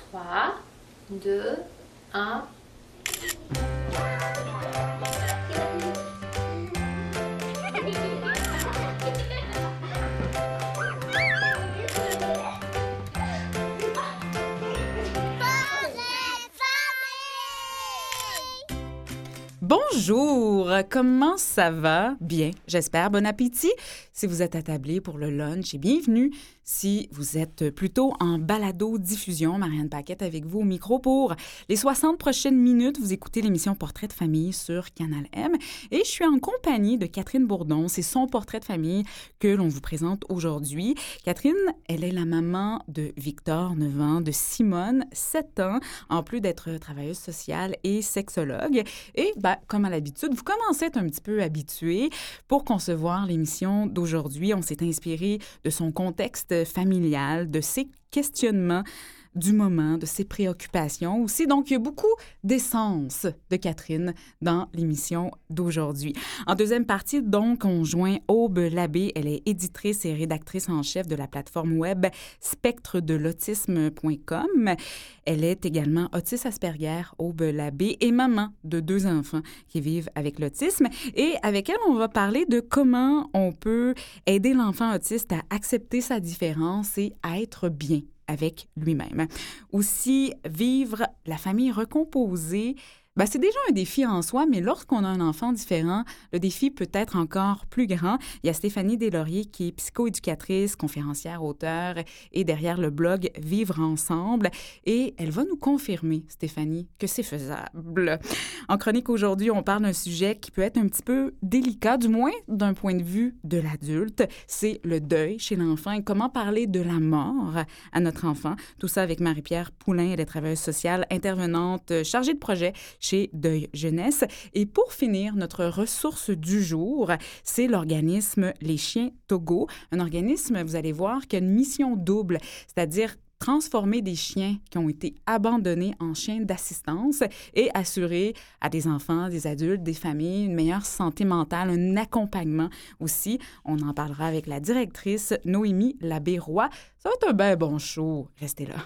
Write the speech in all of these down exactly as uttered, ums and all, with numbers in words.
trois, deux, un. Bonjour, comment ça va? Bien, j'espère. Bon appétit si vous êtes attablés pour le lunch et bienvenue si vous êtes plutôt en balado-diffusion. Marianne Paquette avec vous au micro pour les soixante prochaines minutes. Vous écoutez l'émission Portrait de famille sur Canal M et je suis en compagnie de Catherine Bourdon. C'est son portrait de famille que l'on vous présente aujourd'hui. Catherine, elle est la maman de Victor, neuf ans, de Simone, sept ans, en plus d'être travailleuse sociale et sexologue. Et ben, comme à l'habitude, vous commencez à être un petit peu habitué. Pour concevoir l'émission d'aujourd'hui, on s'est inspiré de son contexte familial, de ses questionnements du moment, de ses préoccupations aussi. Donc, il y a beaucoup d'essence de Catherine dans l'émission d'aujourd'hui. En deuxième partie, donc, on joint Aube Labbé. Elle est éditrice et rédactrice en chef de la plateforme web spectre de l'autisme point com. Elle est également autiste Asperger, Aube Labbé, et maman de deux enfants qui vivent avec l'autisme. Et avec elle, on va parler de comment on peut aider l'enfant autiste à accepter sa différence et à être bien avec lui-même. Aussi, vivre la famille recomposée, ben, c'est déjà un défi en soi, mais lorsqu'on a un enfant différent, le défi peut être encore plus grand. Il y a Stéphanie Deslauriers qui est psychoéducatrice, conférencière, auteure et derrière le blog Vivre ensemble. Et elle va nous confirmer, Stéphanie, que c'est faisable. En chronique aujourd'hui, on parle d'un sujet qui peut être un petit peu délicat, du moins d'un point de vue de l'adulte. C'est le deuil chez l'enfant et comment parler de la mort à notre enfant. Tout ça avec Marie-Pierre Poulain, elle est travailleuse sociale, intervenante, chargée de projet chez Deuil Jeunesse. Et pour finir, notre ressource du jour, c'est l'organisme Les Chiens Togo. Un organisme, vous allez voir, qui a une mission double, c'est-à-dire transformer des chiens qui ont été abandonnés en chiens d'assistance et assurer à des enfants, des adultes, des familles une meilleure santé mentale, un accompagnement aussi. On en parlera avec la directrice Noémie Labbé-Roy. Ça va être un bien bon show. Restez là.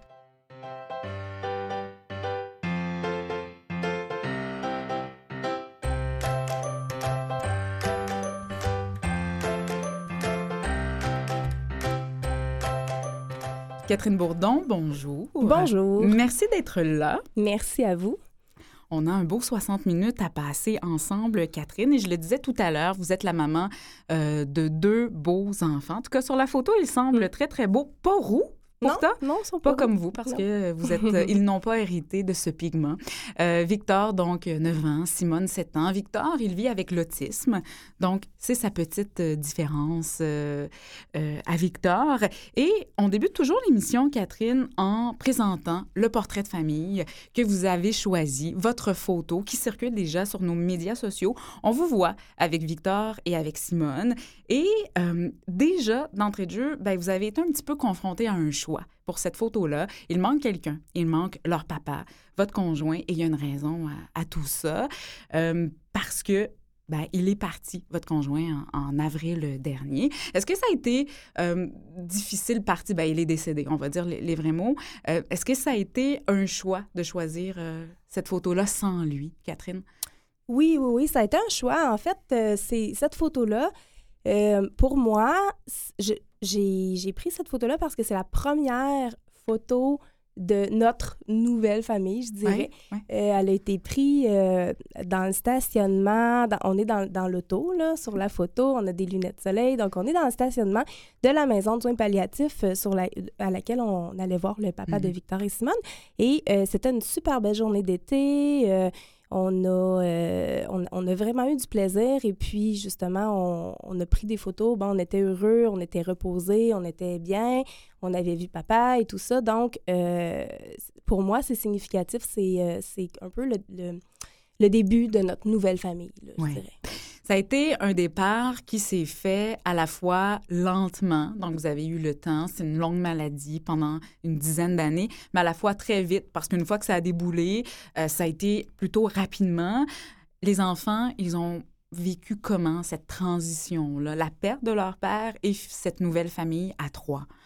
Catherine Bourdon, bonjour. Bonjour. Merci d'être là. Merci à vous. On a un beau soixante minutes à passer ensemble, Catherine. Et je le disais tout à l'heure, vous êtes la maman euh, de deux beaux enfants. En tout cas, sur la photo, ils semblent très, très beaux. Pas roux. Pourtant, non, non, ils sont pas, pas comme vous, parce non. que vous êtes, euh, ils n'ont pas hérité de ce pigment. Euh, Victor, donc, neuf ans, Simone, sept ans. Victor, il vit avec l'autisme, donc c'est sa petite euh, différence euh, euh, à Victor. Et on débute toujours l'émission, Catherine, en présentant le portrait de famille que vous avez choisi, votre photo qui circule déjà sur nos médias sociaux. On vous voit avec Victor et avec Simone. Et euh, déjà, d'entrée de jeu, ben, vous avez été un petit peu confronté à un choix. Pour cette photo-là, il manque quelqu'un. Il manque leur papa, votre conjoint, et il y a une raison à, à tout ça. Euh, parce que, ben, il est parti, votre conjoint, en, en avril dernier. Est-ce que ça a été euh, difficile parti? Ben, il est décédé, on va dire les, les vrais mots. Euh, est-ce que ça a été un choix de choisir euh, cette photo-là sans lui, Catherine? Oui, oui, oui, ça a été un choix. En fait, euh, c'est cette photo-là, euh, pour moi, je, j'ai, j'ai pris cette photo-là parce que c'est la première photo de notre nouvelle famille, je dirais. Ouais, ouais. Euh, elle a été prise euh, dans le stationnement. Dans, on est dans, dans l'auto, là, sur la photo. On a des lunettes de soleil. Donc, on est dans le stationnement de la maison de soins palliatifs euh, sur la, à laquelle on allait voir le papa mm-hmm. de Victor et Simone. Et euh, c'était une super belle journée d'été. Euh, On a, euh, on, on a vraiment eu du plaisir et puis, justement, on, on a pris des photos. Bon, on était heureux, on était reposés, on était bien, on avait vu papa et tout ça. Donc, euh, pour moi, c'est significatif. C'est, euh, c'est un peu le, le, le début de notre nouvelle famille, là, je ouais. dirais. Ça a été un départ qui s'est fait à la fois lentement, donc vous avez eu le temps, c'est une longue maladie pendant une dizaine d'années, mais à la fois très vite, parce qu'une fois que ça a déboulé, euh, ça a été plutôt rapidement. Les enfants, ils ont vécu comment cette transition-là, la perte de leur père et cette nouvelle famille à trois?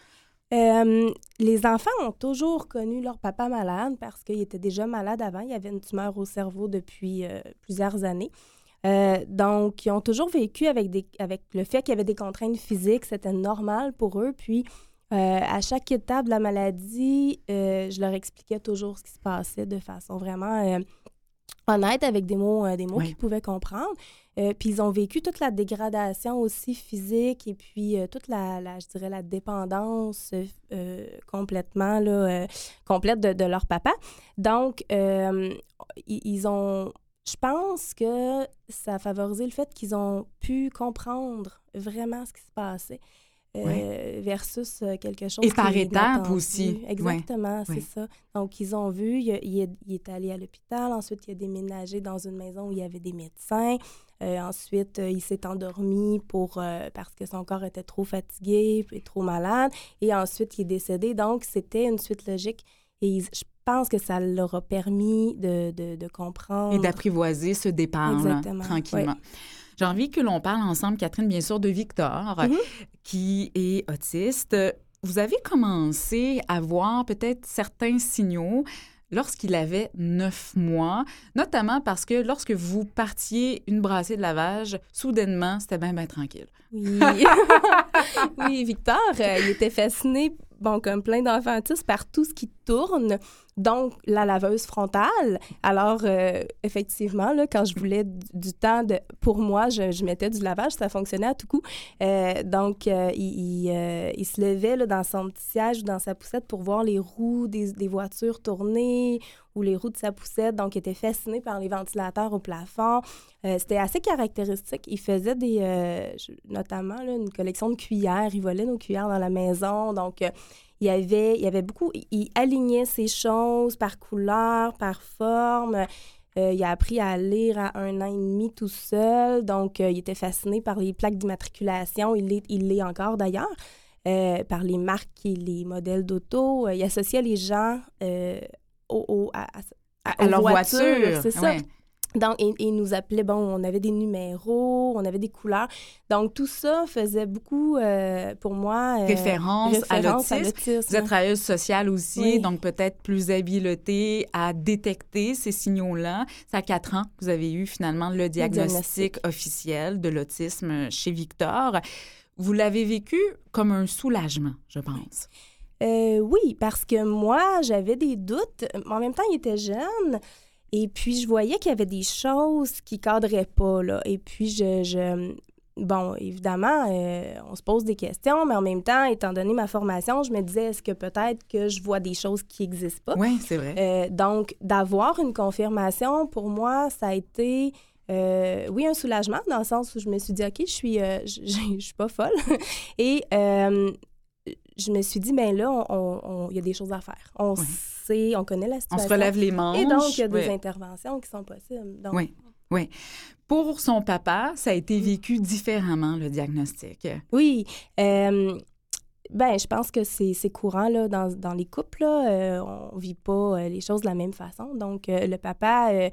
Euh, les enfants ont toujours connu leur papa malade parce qu'il était déjà malade avant. Il y avait une tumeur au cerveau depuis euh, plusieurs années. Euh, donc, ils ont toujours vécu avec, des, avec le fait qu'il y avait des contraintes physiques. C'était normal pour eux. Puis, euh, à chaque étape de la maladie, euh, je leur expliquais toujours ce qui se passait de façon vraiment euh, honnête, avec des mots, euh, des mots Oui. qu'ils pouvaient comprendre. Euh, puis ils ont vécu toute la dégradation aussi physique et puis euh, toute la, la, je dirais, la dépendance euh, complètement, là, euh, complète de, de leur papa. Donc, euh, ils, ils ont... Je pense que ça a favorisé le fait qu'ils ont pu comprendre vraiment ce qui se passait. Euh, Ouais. versus euh, quelque chose Et par qui est étapes inattendu. aussi. Exactement, Ouais. c'est Ouais. ça. Donc, ils ont vu, il, a- il est, il est allé à l'hôpital, ensuite, il a déménagé dans une maison où il y avait des médecins. Euh, ensuite, euh, il s'est endormi pour, euh, parce que son corps était trop fatigué et trop malade. Et ensuite, il est décédé. Donc, c'était une suite logique. Et ils- je pense que ça leur a permis de, de, de comprendre. Et d'apprivoiser ce départ, là, Exactement, tranquillement. ouais. J'ai envie que l'on parle ensemble, Catherine, bien sûr, de Victor, Mhm. qui est autiste. Vous avez commencé à voir peut-être certains signaux lorsqu'il avait neuf mois, notamment parce que lorsque vous partiez une brassée de lavage, soudainement, c'était bien, bien tranquille. Oui. Oui, Victor, euh, il était fasciné, bon, comme plein d'enfants autistes, par tout ce qui tourne, donc la laveuse frontale. Alors, euh, effectivement, là, quand je voulais du, du temps de, pour moi, je, je mettais du lavage, ça fonctionnait à tout coup. Euh, donc, euh, il, il, euh, il se levait là, dans son petit siège ou dans sa poussette pour voir les roues des, des voitures tourner ou les roues de sa poussette. Donc, il était fasciné par les ventilateurs au plafond. Euh, c'était assez caractéristique. Il faisait des, euh, notamment là, une collection de cuillères. Il volait nos cuillères dans la maison. Donc, euh, il y avait, il y avait beaucoup... Il alignait ses choses par couleur, par forme. Euh, il a appris à lire à un an et demi tout seul. Donc, euh, il était fasciné par les plaques d'immatriculation. Il l'est, il l'est encore, d'ailleurs. Euh, par les marques et les modèles d'auto. Euh, il associait les gens... Euh, Au, au, à, à, À leur voitures, voiture, c'est ça. ouais. Donc, et, et nous appelait, bon, on avait des numéros, on avait des couleurs. Donc, tout ça faisait beaucoup, euh, pour moi... Euh, Référence, référence à à l'autisme. l'autisme. Vous êtes travailleuse sociale aussi, Oui. donc peut-être plus habiletée à détecter ces signaux-là. C'est à quatre ans que vous avez eu finalement le diagnostic, diagnostic. officiel de l'autisme chez Victor. Vous l'avez vécu comme un soulagement, je pense. Euh, oui, parce que moi, j'avais des doutes. En même temps, il était jeune. Et puis, je voyais qu'il y avait des choses qui ne cadraient pas, là. Et puis, je... je... Bon, évidemment, euh, on se pose des questions, mais en même temps, étant donné ma formation, je me disais, est-ce que peut-être que je vois des choses qui n'existent pas? Oui, c'est vrai. Euh, donc, d'avoir une confirmation, pour moi, ça a été... Euh, oui, un soulagement, dans le sens où je me suis dit, OK, je suis, euh, je, je, je suis pas folle. Et... Euh, je me suis dit, bien là, il on, on, y a des choses à faire. On oui. sait, on connaît la situation. On se relève les manches. Et donc, il y a des oui. interventions qui sont possibles. Donc... Oui, oui. Pour son papa, ça a été vécu différemment, le diagnostic. Oui. Euh, ben, je pense que c'est, c'est courant là, dans, dans les couples. Là, euh, on ne vit pas euh, les choses de la même façon. Donc, euh, le papa... Euh,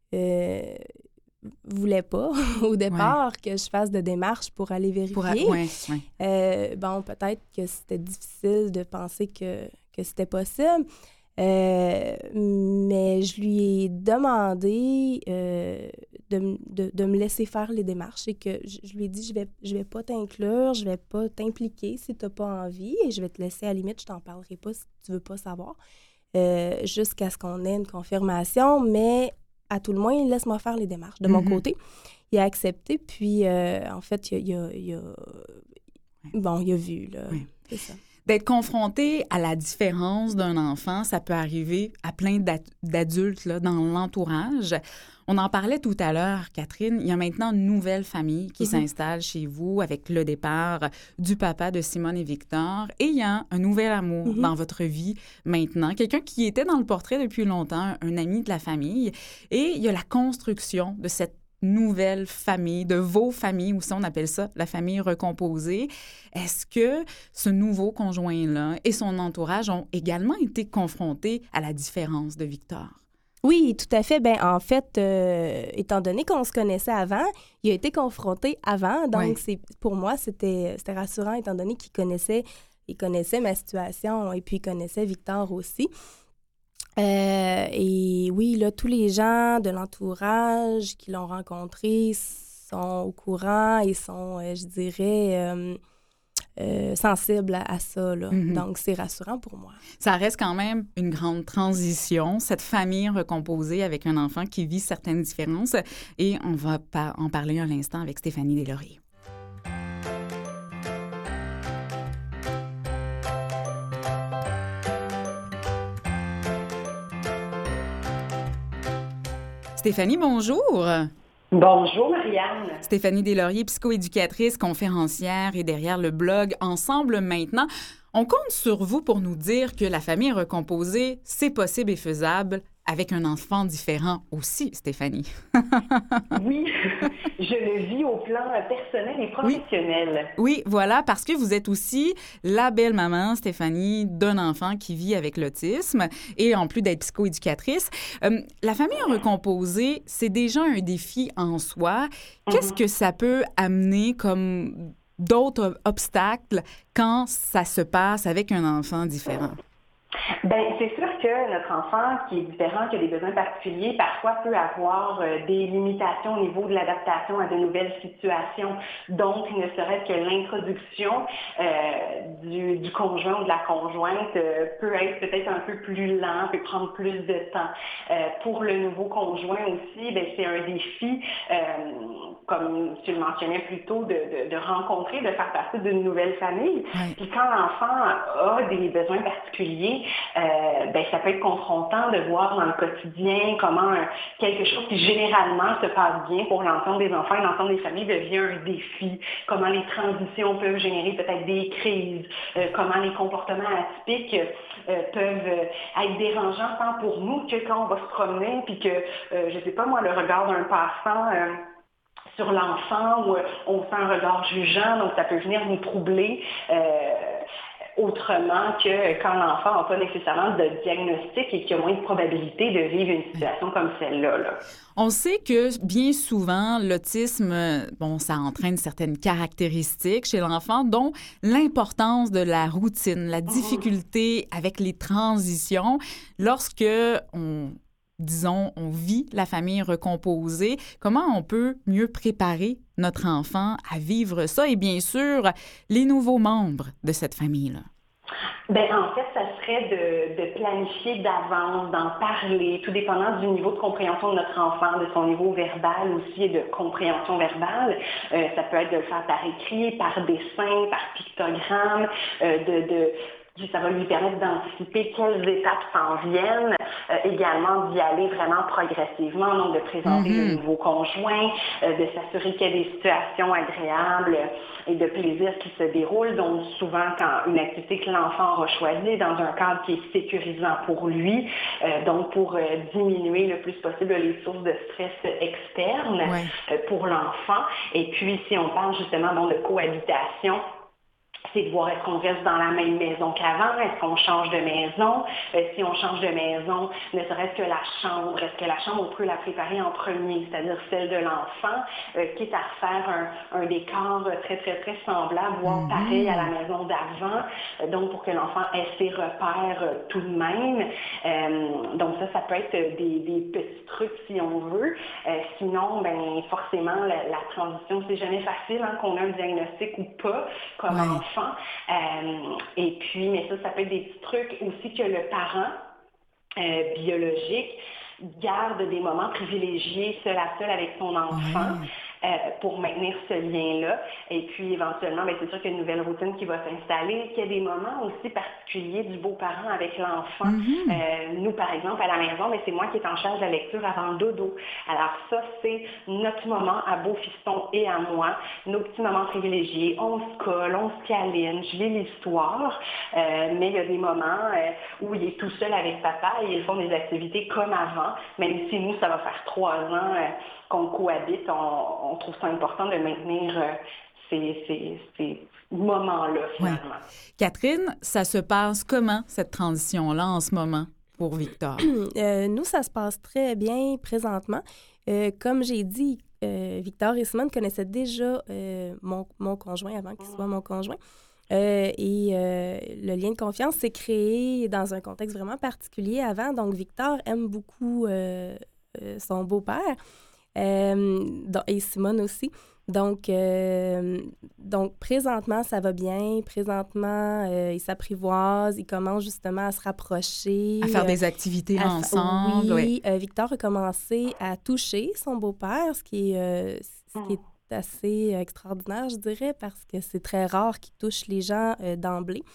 euh, voulait pas au départ ouais. que je fasse de démarches pour aller vérifier. Pour a... ouais, ouais. Euh, bon, peut-être que c'était difficile de penser que, que c'était possible, euh, mais je lui ai demandé euh, de, de, de me laisser faire les démarches et que je, je lui ai dit, je vais, je vais pas t'inclure, je vais pas t'impliquer si tu n'as pas envie et je vais te laisser, à la limite, je t'en parlerai pas si tu veux pas savoir, euh, jusqu'à ce qu'on ait une confirmation, mais à tout le moins, laisse-moi faire les démarches. De mm-hmm. mon côté, il a accepté, puis euh, en fait, il a, il a, il a... Bon, il a vu, là. Oui. C'est ça. D'être confronté à la différence d'un enfant, ça peut arriver à plein d'adultes là, dans l'entourage. On en parlait tout à l'heure, Catherine. Il y a maintenant une nouvelle famille qui mm-hmm. s'installe chez vous avec le départ du papa de Simone et Victor. Et il y a un nouvel amour mm-hmm. dans votre vie maintenant. Quelqu'un qui était dans le portrait depuis longtemps, un ami de la famille. Et il y a la construction de cette nouvelle famille, de vos familles, ou si on appelle ça la famille recomposée. Est-ce que ce nouveau conjoint-là et son entourage ont également été confrontés à la différence de Victor? Oui, tout à fait. Ben en fait, euh, étant donné qu'on se connaissait avant, il a été confronté avant. Donc, oui. c'est, pour moi, c'était, c'était rassurant, étant donné qu'il connaissait il connaissait ma situation et puis il connaissait Victor aussi. Euh, et oui, là, tous les gens de l'entourage qui l'ont rencontré sont au courant et sont, euh, je dirais, euh, euh, sensibles à, à ça, là. Mm-hmm. Donc, c'est rassurant pour moi. Ça reste quand même une grande transition, cette famille recomposée avec un enfant qui vit certaines différences. Et on va pa- en parler un instant avec Stéphanie Deslauriers. Stéphanie, bonjour. Bonjour, Marianne. Stéphanie Deslauriers, psychoéducatrice, conférencière et derrière le blog Ensemble maintenant. On compte sur vous pour nous dire que la famille recomposée, c'est possible et faisable avec un enfant différent aussi, Stéphanie. Oui, je le vis au plan personnel et professionnel. Oui. oui, voilà, parce que vous êtes aussi la belle maman, Stéphanie, d'un enfant qui vit avec l'autisme et en plus d'être psychoéducatrice. Euh, la famille recomposée, c'est déjà un défi en soi. Qu'est-ce mm-hmm. que ça peut amener comme d'autres obstacles quand ça se passe avec un enfant différent? Bien, c'est sûr que notre enfant qui est différent, qui a des besoins particuliers, parfois peut avoir euh, des limitations au niveau de l'adaptation à de nouvelles situations. Donc, ne serait-ce que l'introduction euh, du, du conjoint ou de la conjointe euh, peut être peut-être un peu plus lent, peut prendre plus de temps. Euh, pour le nouveau conjoint aussi, bien, c'est un défi, euh, comme tu le mentionnais plus tôt, de, de, de rencontrer, de faire partie d'une nouvelle famille. Oui. Puis quand l'enfant a des besoins particuliers, Euh, ben, ça peut être confrontant de voir dans le quotidien comment euh, quelque chose qui généralement se passe bien pour l'ensemble des enfants et l'ensemble des familles devient un défi, comment les transitions peuvent générer peut-être des crises, euh, comment les comportements atypiques euh, peuvent euh, être dérangeants tant pour nous que quand on va se promener puis que, euh, je sais pas moi, le regard d'un passant euh, sur l'enfant où euh, on sent un regard jugeant, donc ça peut venir nous troubler. Euh, autrement que quand l'enfant n'a pas nécessairement de diagnostic et qu'il y a moins de probabilité de vivre une situation comme celle-là. Là. On sait que bien souvent, l'autisme, bon, ça entraîne certaines caractéristiques chez l'enfant, dont l'importance de la routine, la difficulté mmh. avec les transitions. Lorsque on disons, on vit la famille recomposée, comment on peut mieux préparer notre enfant à vivre ça et bien sûr, les nouveaux membres de cette famille-là? Bien, en fait, ça serait de, de planifier d'avance, d'en parler, tout dépendant du niveau de compréhension de notre enfant, de son niveau verbal aussi et de compréhension verbale. Euh, ça peut être de le faire par écrit, par dessin, par pictogramme, euh, de... de ça va lui permettre d'anticiper quelles étapes s'en viennent, euh, également d'y aller vraiment progressivement, donc de présenter mm-hmm. le nouveau conjoint, euh, de s'assurer qu'il y a des situations agréables et de plaisir qui se déroulent, donc souvent quand une activité que l'enfant aura choisie dans un cadre qui est sécurisant pour lui, euh, donc pour euh, diminuer le plus possible les sources de stress externes ouais. euh, pour l'enfant. Et puis si on parle justement donc, de cohabitation, c'est de voir est-ce qu'on reste dans la même maison qu'avant, est-ce qu'on change de maison, euh, si on change de maison, ne serait-ce que la chambre, est-ce que la chambre, on peut la préparer en premier, c'est-à-dire celle de l'enfant, euh, quitte à refaire un, un décor très, très, très semblable, voire mm-hmm. pareil à la maison d'avant, euh, donc pour que l'enfant ait ses repères euh, tout de même. Euh, donc ça, ça peut être des, des petits trucs si on veut. Euh, sinon, ben forcément, la, la transition, c'est jamais facile, hein, qu'on a un diagnostic ou pas, comme ouais. enfant. Euh, et puis, mais ça, ça peut être des petits trucs aussi que le parent euh, biologique garde des moments privilégiés seul à seul avec son enfant. Mmh. Euh, pour maintenir ce lien-là. Et puis, éventuellement, bien, c'est sûr qu'il y a une nouvelle routine qui va s'installer, qu'il y a des moments aussi particuliers du beau-parent avec l'enfant. Mm-hmm. Euh, nous, par exemple, à la maison, bien, c'est moi qui est en charge de la lecture avant le dodo. Alors ça, c'est notre moment à Beau-Fiston et à moi, nos petits moments privilégiés. On se colle, on se câline, je lis l'histoire, euh, mais il y a des moments euh, où il est tout seul avec papa et ils font des activités comme avant, même si nous, ça va faire trois ans euh, qu'on cohabite, on, on trouve ça important de maintenir euh, ces, ces, ces moments-là, finalement. Ouais. Catherine, ça se passe comment, cette transition-là, en ce moment, pour Victor? Euh, nous, ça se passe très bien présentement. Euh, comme j'ai dit, euh, Victor et Simone connaissaient déjà euh, mon, mon conjoint avant qu'il soit mon conjoint. Euh, et euh, le lien de confiance s'est créé dans un contexte vraiment particulier avant. Donc, Victor aime beaucoup euh, euh, son beau-père euh, donc- et Simone aussi. Donc, euh, donc, présentement, ça va bien. Présentement, euh, il s'apprivoise, il commence justement à se rapprocher. À faire euh, des activités à fa- ensemble, oui. Oui, euh, Victor a commencé à toucher son beau-père, ce qui est, euh, ce qui est assez extraordinaire, je dirais, parce que c'est très rare qu'il touche les gens euh, d'emblée.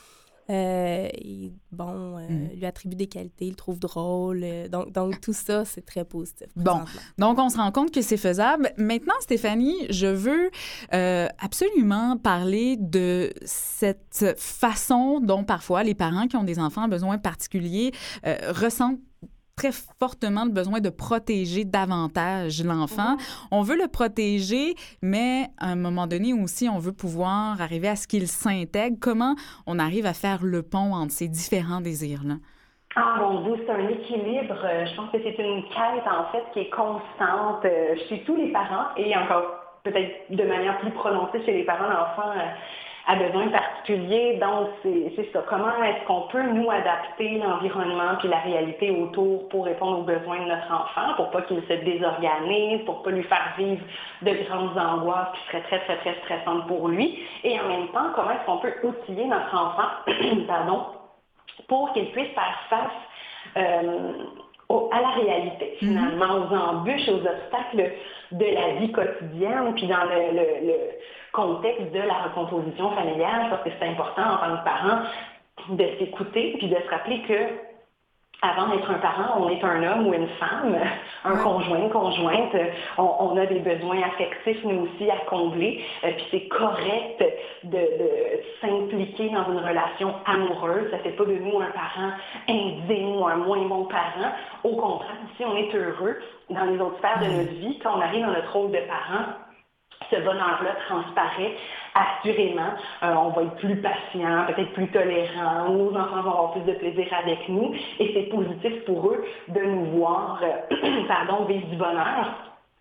Euh, et, bon, euh, Mm. lui attribue des qualités, il le trouve drôle. euh, donc, donc, tout ça, c'est très positif. Bon, présentement. donc on se rend compte que c'est faisable. Maintenant, Stéphanie, je veux euh, absolument parler de cette façon dont parfois les parents qui ont des enfants à besoins particuliers euh, ressentent très fortement le besoin de protéger davantage l'enfant. Mm-hmm. On veut le protéger, mais à un moment donné aussi, on veut pouvoir arriver à ce qu'il s'intègre. Comment on arrive à faire le pont entre ces différents désirs-là? Ah mon Dieu, c'est un équilibre. Euh, je pense que c'est une quête, en fait, qui est constante euh, chez tous les parents et encore peut-être de manière plus prononcée chez les parents d'enfants euh, à besoins particuliers. Donc, c'est, c'est ça. Comment est-ce qu'on peut, nous, adapter l'environnement puis la réalité autour pour répondre aux besoins de notre enfant, pour pas qu'il se désorganise, pour pas lui faire vivre de grandes angoisses qui seraient très, très, très stressantes pour lui. Et en même temps, comment est-ce qu'on peut outiller notre enfant, pardon, pour qu'il puisse faire face euh, au, à la réalité, finalement, mm-hmm. aux embûches, aux obstacles de la vie quotidienne, puis dans le, le, le contexte de la recomposition familiale. Je pense que c'est important en tant que parent de s'écouter, puis de se rappeler que avant d'être un parent, on est un homme ou une femme, un ouais. conjoint, conjointe. On, on a des besoins affectifs, nous aussi, à combler. Euh, puis c'est correct de, de s'impliquer dans une relation amoureuse. Ça ne fait pas de nous un parent indigne ou un moins bon parent. Au contraire, si on est heureux dans les autres sphères de notre vie, quand on arrive dans notre rôle de parent, ce bonheur-là transparaît assurément. Euh, on va être plus patient, peut-être plus tolérant. Nos enfants vont avoir plus de plaisir avec nous. Et c'est positif pour eux de nous voir euh, pardon, vivre du bonheur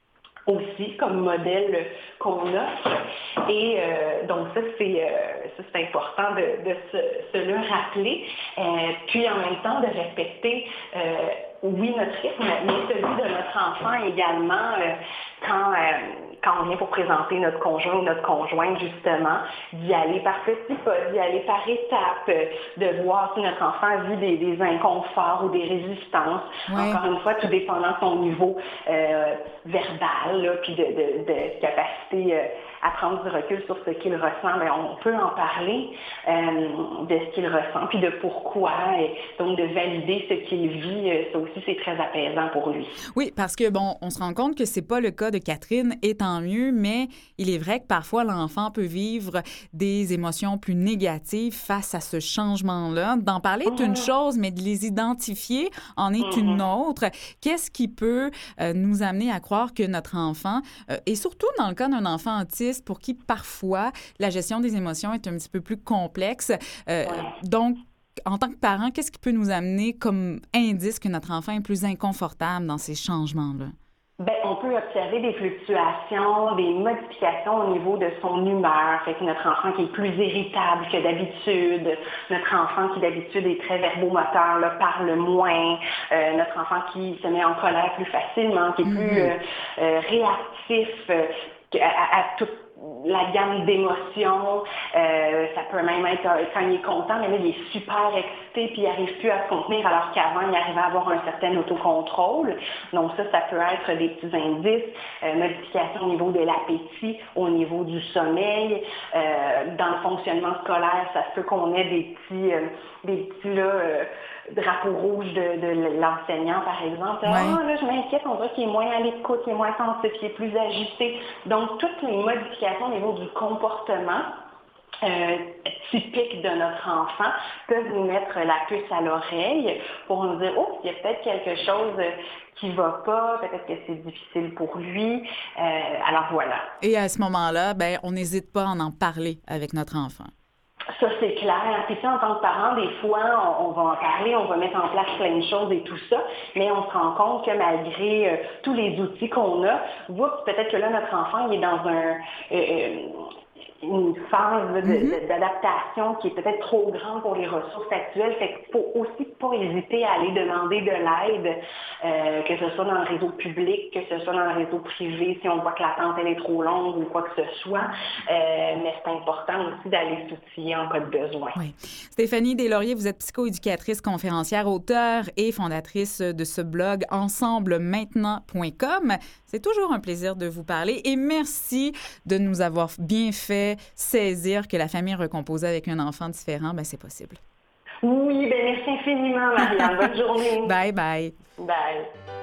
aussi comme modèle qu'on offre. Et euh, donc ça, c'est, euh, ça, c'est important de, de se, se le rappeler. Euh, puis en même temps, de respecter euh, oui, notre rythme, mais celui de notre enfant également, euh, quand, euh, quand on vient pour présenter notre conjoint ou notre conjointe, justement, d'y aller par petits pas, d'y aller par étapes, euh, de voir si notre enfant vit des, des inconforts ou des résistances. Ouais. Encore une fois, tout dépendant de son niveau euh, verbal, là, puis de, de, de capacité euh, à prendre du recul sur ce qu'il ressent, bien, on peut en parler euh, de ce qu'il ressent, puis de pourquoi, et donc de valider ce qu'il vit, euh, ça aussi, c'est très apaisant pour lui. Oui, parce que, bon, on se rend compte que c'est pas le cas de Catherine, et tant mieux, mais il est vrai que parfois, l'enfant peut vivre des émotions plus négatives face à ce changement-là. D'en parler est une chose, mais de les identifier en est mm-hmm. une autre. Qu'est-ce qui peut euh, nous amener à croire que notre enfant, euh, et surtout dans le cas d'un enfant autiste, pour qui parfois la gestion des émotions est un petit peu plus complexe, euh, ouais. donc, en tant que parent, qu'est-ce qui peut nous amener comme indice que notre enfant est plus inconfortable dans ces changements-là? Bien, on peut observer des fluctuations, des modifications au niveau de son humeur. Fait que notre enfant qui est plus irritable que d'habitude, notre enfant qui d'habitude est très verbomoteur, là, parle moins, euh, notre enfant qui se met en colère plus facilement, qui est mm-hmm. plus euh, euh, réactif euh, à, à, à toute la gamme d'émotions, euh, ça peut même être quand il est content, mais là, il est super excité puis il n'arrive plus à se contenir alors qu'avant, il arrivait à avoir un certain autocontrôle. Donc ça, ça peut être des petits indices, euh, modifications au niveau de l'appétit, au niveau du sommeil, euh, dans le fonctionnement scolaire, ça se peut qu'on ait des petits, euh, des petits là, euh, drapeau rouge de, de l'enseignant, par exemple. Ah, ouais. oh, là, je m'inquiète, on dirait qu'il est moins à l'écoute, qu'il est moins sensible, qu'il est plus agité. Donc, toutes les modifications au niveau du comportement euh, typique de notre enfant peuvent nous mettre la puce à l'oreille pour nous dire, oh, il y a peut-être quelque chose qui va pas, peut-être que c'est difficile pour lui. Euh, alors, voilà. Et à ce moment-là, ben, on n'hésite pas à en parler avec notre enfant. Ça, c'est clair. Puis ça, en tant que parent, des fois, on, on va en parler, on va mettre en place plein de choses et tout ça, mais on se rend compte que malgré euh, tous les outils qu'on a, oups, peut-être que là, notre enfant, il est dans un... Euh, une phase de, Mm-hmm. de, d'adaptation qui est peut-être trop grande pour les ressources actuelles. Fait qu'il faut aussi pas hésiter à aller demander de l'aide, euh, que ce soit dans le réseau public, que ce soit dans le réseau privé, si on voit que l'attente elle est trop longue ou quoi que ce soit. Euh, mais c'est important aussi d'aller s'outiller en cas de besoin. Oui. Stéphanie Deslauriers, vous êtes psychoéducatrice, conférencière, auteure et fondatrice de ce blog ensemble maintenant point com. C'est toujours un plaisir de vous parler et merci de nous avoir bien fait saisir que la famille recomposée avec un enfant différent, ben c'est possible. Oui, bien merci infiniment, Marianne. Bonne journée. Bye bye. Bye.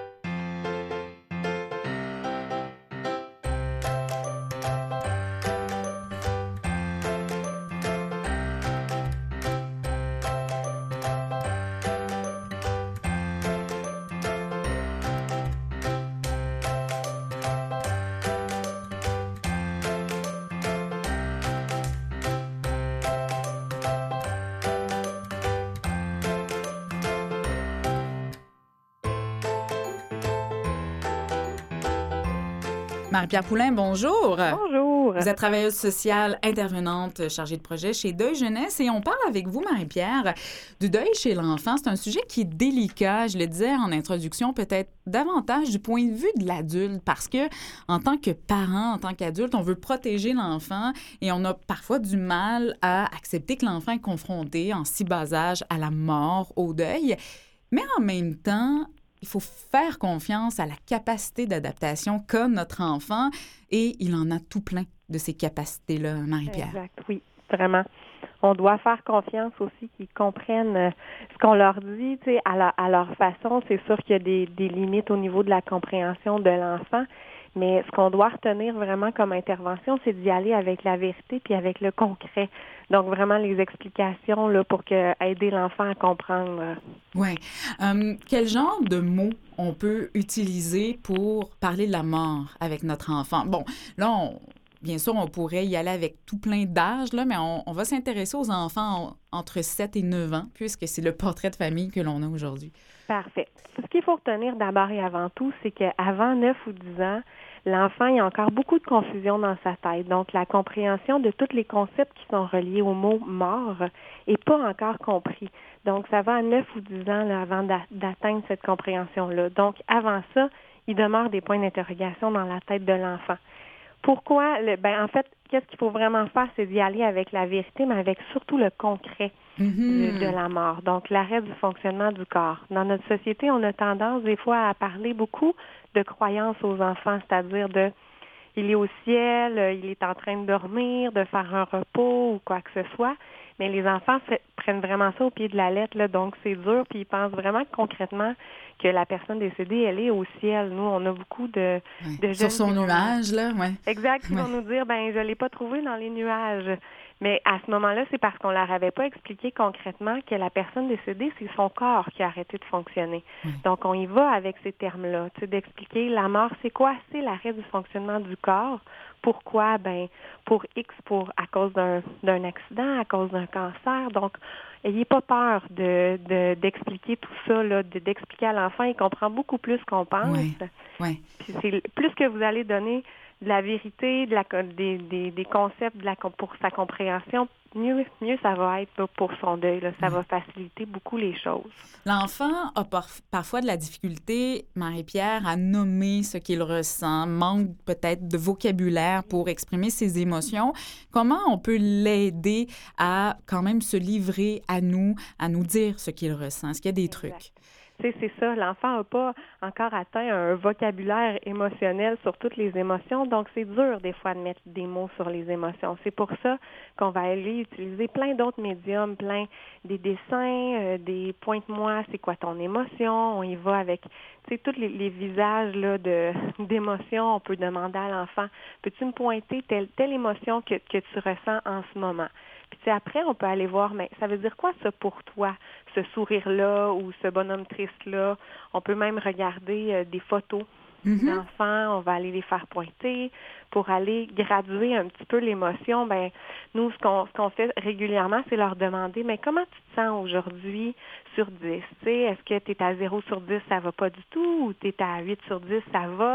Marie-Pierre Poulain, bonjour. Bonjour. Vous êtes travailleuse sociale intervenante chargée de projet chez Deuil Jeunesse et on parle avec vous, Marie-Pierre, du deuil chez l'enfant. C'est un sujet qui est délicat, je le disais en introduction, peut-être davantage du point de vue de l'adulte parce que en tant que parent, en tant qu'adulte, on veut protéger l'enfant et on a parfois du mal à accepter que l'enfant est confronté en si bas âge à la mort, au deuil. Mais en même temps, il faut faire confiance à la capacité d'adaptation qu'a notre enfant et il en a tout plein de ces capacités-là, Marie-Pierre. Exact, oui, vraiment. On doit faire confiance aussi qu'ils comprennent ce qu'on leur dit, tu sais, à, la, à leur façon. C'est sûr qu'il y a des, des limites au niveau de la compréhension de l'enfant, mais ce qu'on doit retenir vraiment comme intervention, c'est d'y aller avec la vérité puis avec le concret. Donc, vraiment, les explications là, pour que, aider l'enfant à comprendre. Oui. Um, quel genre de mots on peut utiliser pour parler de la mort avec notre enfant? Bon, là, on, bien sûr, on pourrait y aller avec tout plein d'âges, là, mais on, on va s'intéresser aux enfants en, entre sept et neuf ans, puisque c'est le portrait de famille que l'on a aujourd'hui. Parfait. Ce qu'il faut retenir d'abord et avant tout, c'est qu'avant neuf ou dix ans, l'enfant, il y a encore beaucoup de confusion dans sa tête. Donc, la compréhension de tous les concepts qui sont reliés au mot « mort » n'est pas encore compris. Donc, ça va à neuf ou dix ans là, avant d'atteindre cette compréhension-là. Donc, avant ça, il demeure des points d'interrogation dans la tête de l'enfant. Pourquoi? Le, ben, en fait, qu'est-ce qu'il faut vraiment faire? C'est d'y aller avec la vérité, mais avec surtout le concret mm-hmm. de, de la mort. Donc, l'arrêt du fonctionnement du corps. Dans notre société, on a tendance des fois à parler beaucoup de croyances aux enfants, c'est-à-dire de il est au ciel, il est en train de dormir, de faire un repos ou quoi que ce soit. Mais les enfants se, prennent vraiment ça au pied de la lettre, là, donc c'est dur, puis ils pensent vraiment concrètement que la personne décédée, elle est au ciel. Nous, on a beaucoup de, ouais. de jeunes... Sur son nuage, là, oui. Exact, ils ouais. vont nous dire, ben je ne l'ai pas trouvé dans les nuages. Mais à ce moment-là, c'est parce qu'on ne leur avait pas expliqué concrètement que la personne décédée, c'est son corps qui a arrêté de fonctionner. Oui. Donc, on y va avec ces termes-là, tu sais, d'expliquer la mort, c'est quoi? C'est l'arrêt du fonctionnement du corps. Pourquoi? Ben, pour X, pour à cause d'un, d'un accident, à cause d'un cancer. Donc, ayez pas peur de, de d'expliquer tout ça, là, de, d'expliquer à l'enfant. Il comprend beaucoup plus qu'on pense. Oui. Oui. Puis c'est plus que vous allez donner de la vérité, de la, des, des, des concepts de la, pour sa compréhension, mieux, mieux ça va être là, pour son deuil. Là. Ça oui. va faciliter beaucoup les choses. L'enfant a par, parfois de la difficulté, Marie-Pierre, à nommer ce qu'il ressent, manque peut-être de vocabulaire pour exprimer ses émotions. Comment on peut l'aider à quand même se livrer à nous, à nous dire ce qu'il ressent? Est-ce qu'il y a des exact. Trucs? Tu sais, c'est ça, l'enfant n'a pas encore atteint un vocabulaire émotionnel sur toutes les émotions, donc c'est dur des fois de mettre des mots sur les émotions. C'est pour ça qu'on va aller utiliser plein d'autres médiums, plein des dessins, euh, des pointe-moi, c'est quoi ton émotion, on y va avec, tu sais, tous les, les visages là, de, d'émotions, on peut demander à l'enfant, peux-tu me pointer telle, telle émotion que, que tu ressens en ce moment? Puis après, on peut aller voir, mais ça veut dire quoi ça pour toi, ce sourire-là ou ce bonhomme triste-là? On peut même regarder euh, des photos mm-hmm. d'enfants, on va aller les faire pointer pour aller graduer un petit peu l'émotion. Ben nous, ce qu'on, ce qu'on fait régulièrement, c'est leur demander, mais comment tu te sens aujourd'hui sur dix? Tu sais, est-ce que tu es à zéro sur dix, ça va pas du tout, ou tu es à huit sur dix, ça va?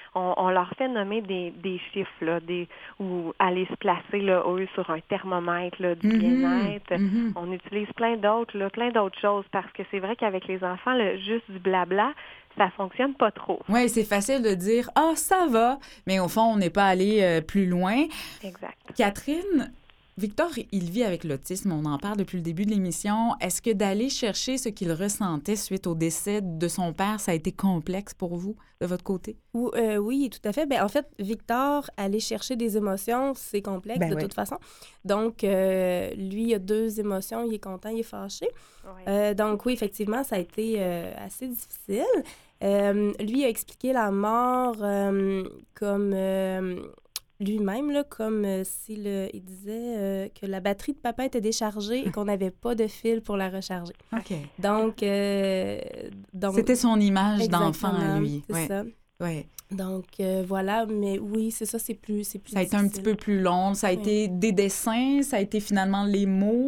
on, on leur fait nommer des, des chiffres, là, des, ou aller se placer, là, eux, sur un thermomètre là, du Mm-hmm. bien-être. Mm-hmm. On utilise plein d'autres, là, plein d'autres choses, parce que c'est vrai qu'avec les enfants, là, juste du blabla, ça fonctionne pas trop. Oui, c'est facile de dire « Ah, ça va », mais au fond, on n'est pas allé euh, plus loin. Exact. Catherine, Victor, il vit avec l'autisme, on en parle depuis le début de l'émission. Est-ce que d'aller chercher ce qu'il ressentait suite au décès de son père, ça a été complexe pour vous, de votre côté? Ou, euh, oui, tout à fait. Ben, en fait, Victor, aller chercher des émotions, c'est complexe Ben de oui. toute façon. Donc, euh, lui, il a deux émotions, il est content, il est fâché. Ouais. Euh, donc, oui, effectivement, ça a été euh, assez difficile. Euh, lui a expliqué la mort euh, comme... euh, lui-même, là, comme euh, s'il euh, il disait euh, que la batterie de papa était déchargée et qu'on n'avait pas de fil pour la recharger. OK. Donc, euh, donc C'était son image d'enfant à exactement, lui. c'est Ouais. ça. Ouais. Donc, euh, voilà, mais oui, c'est ça, c'est plus, c'est plus Ça a été un difficile. petit peu plus long. Ça a Oui. été des dessins, ça a été finalement les mots.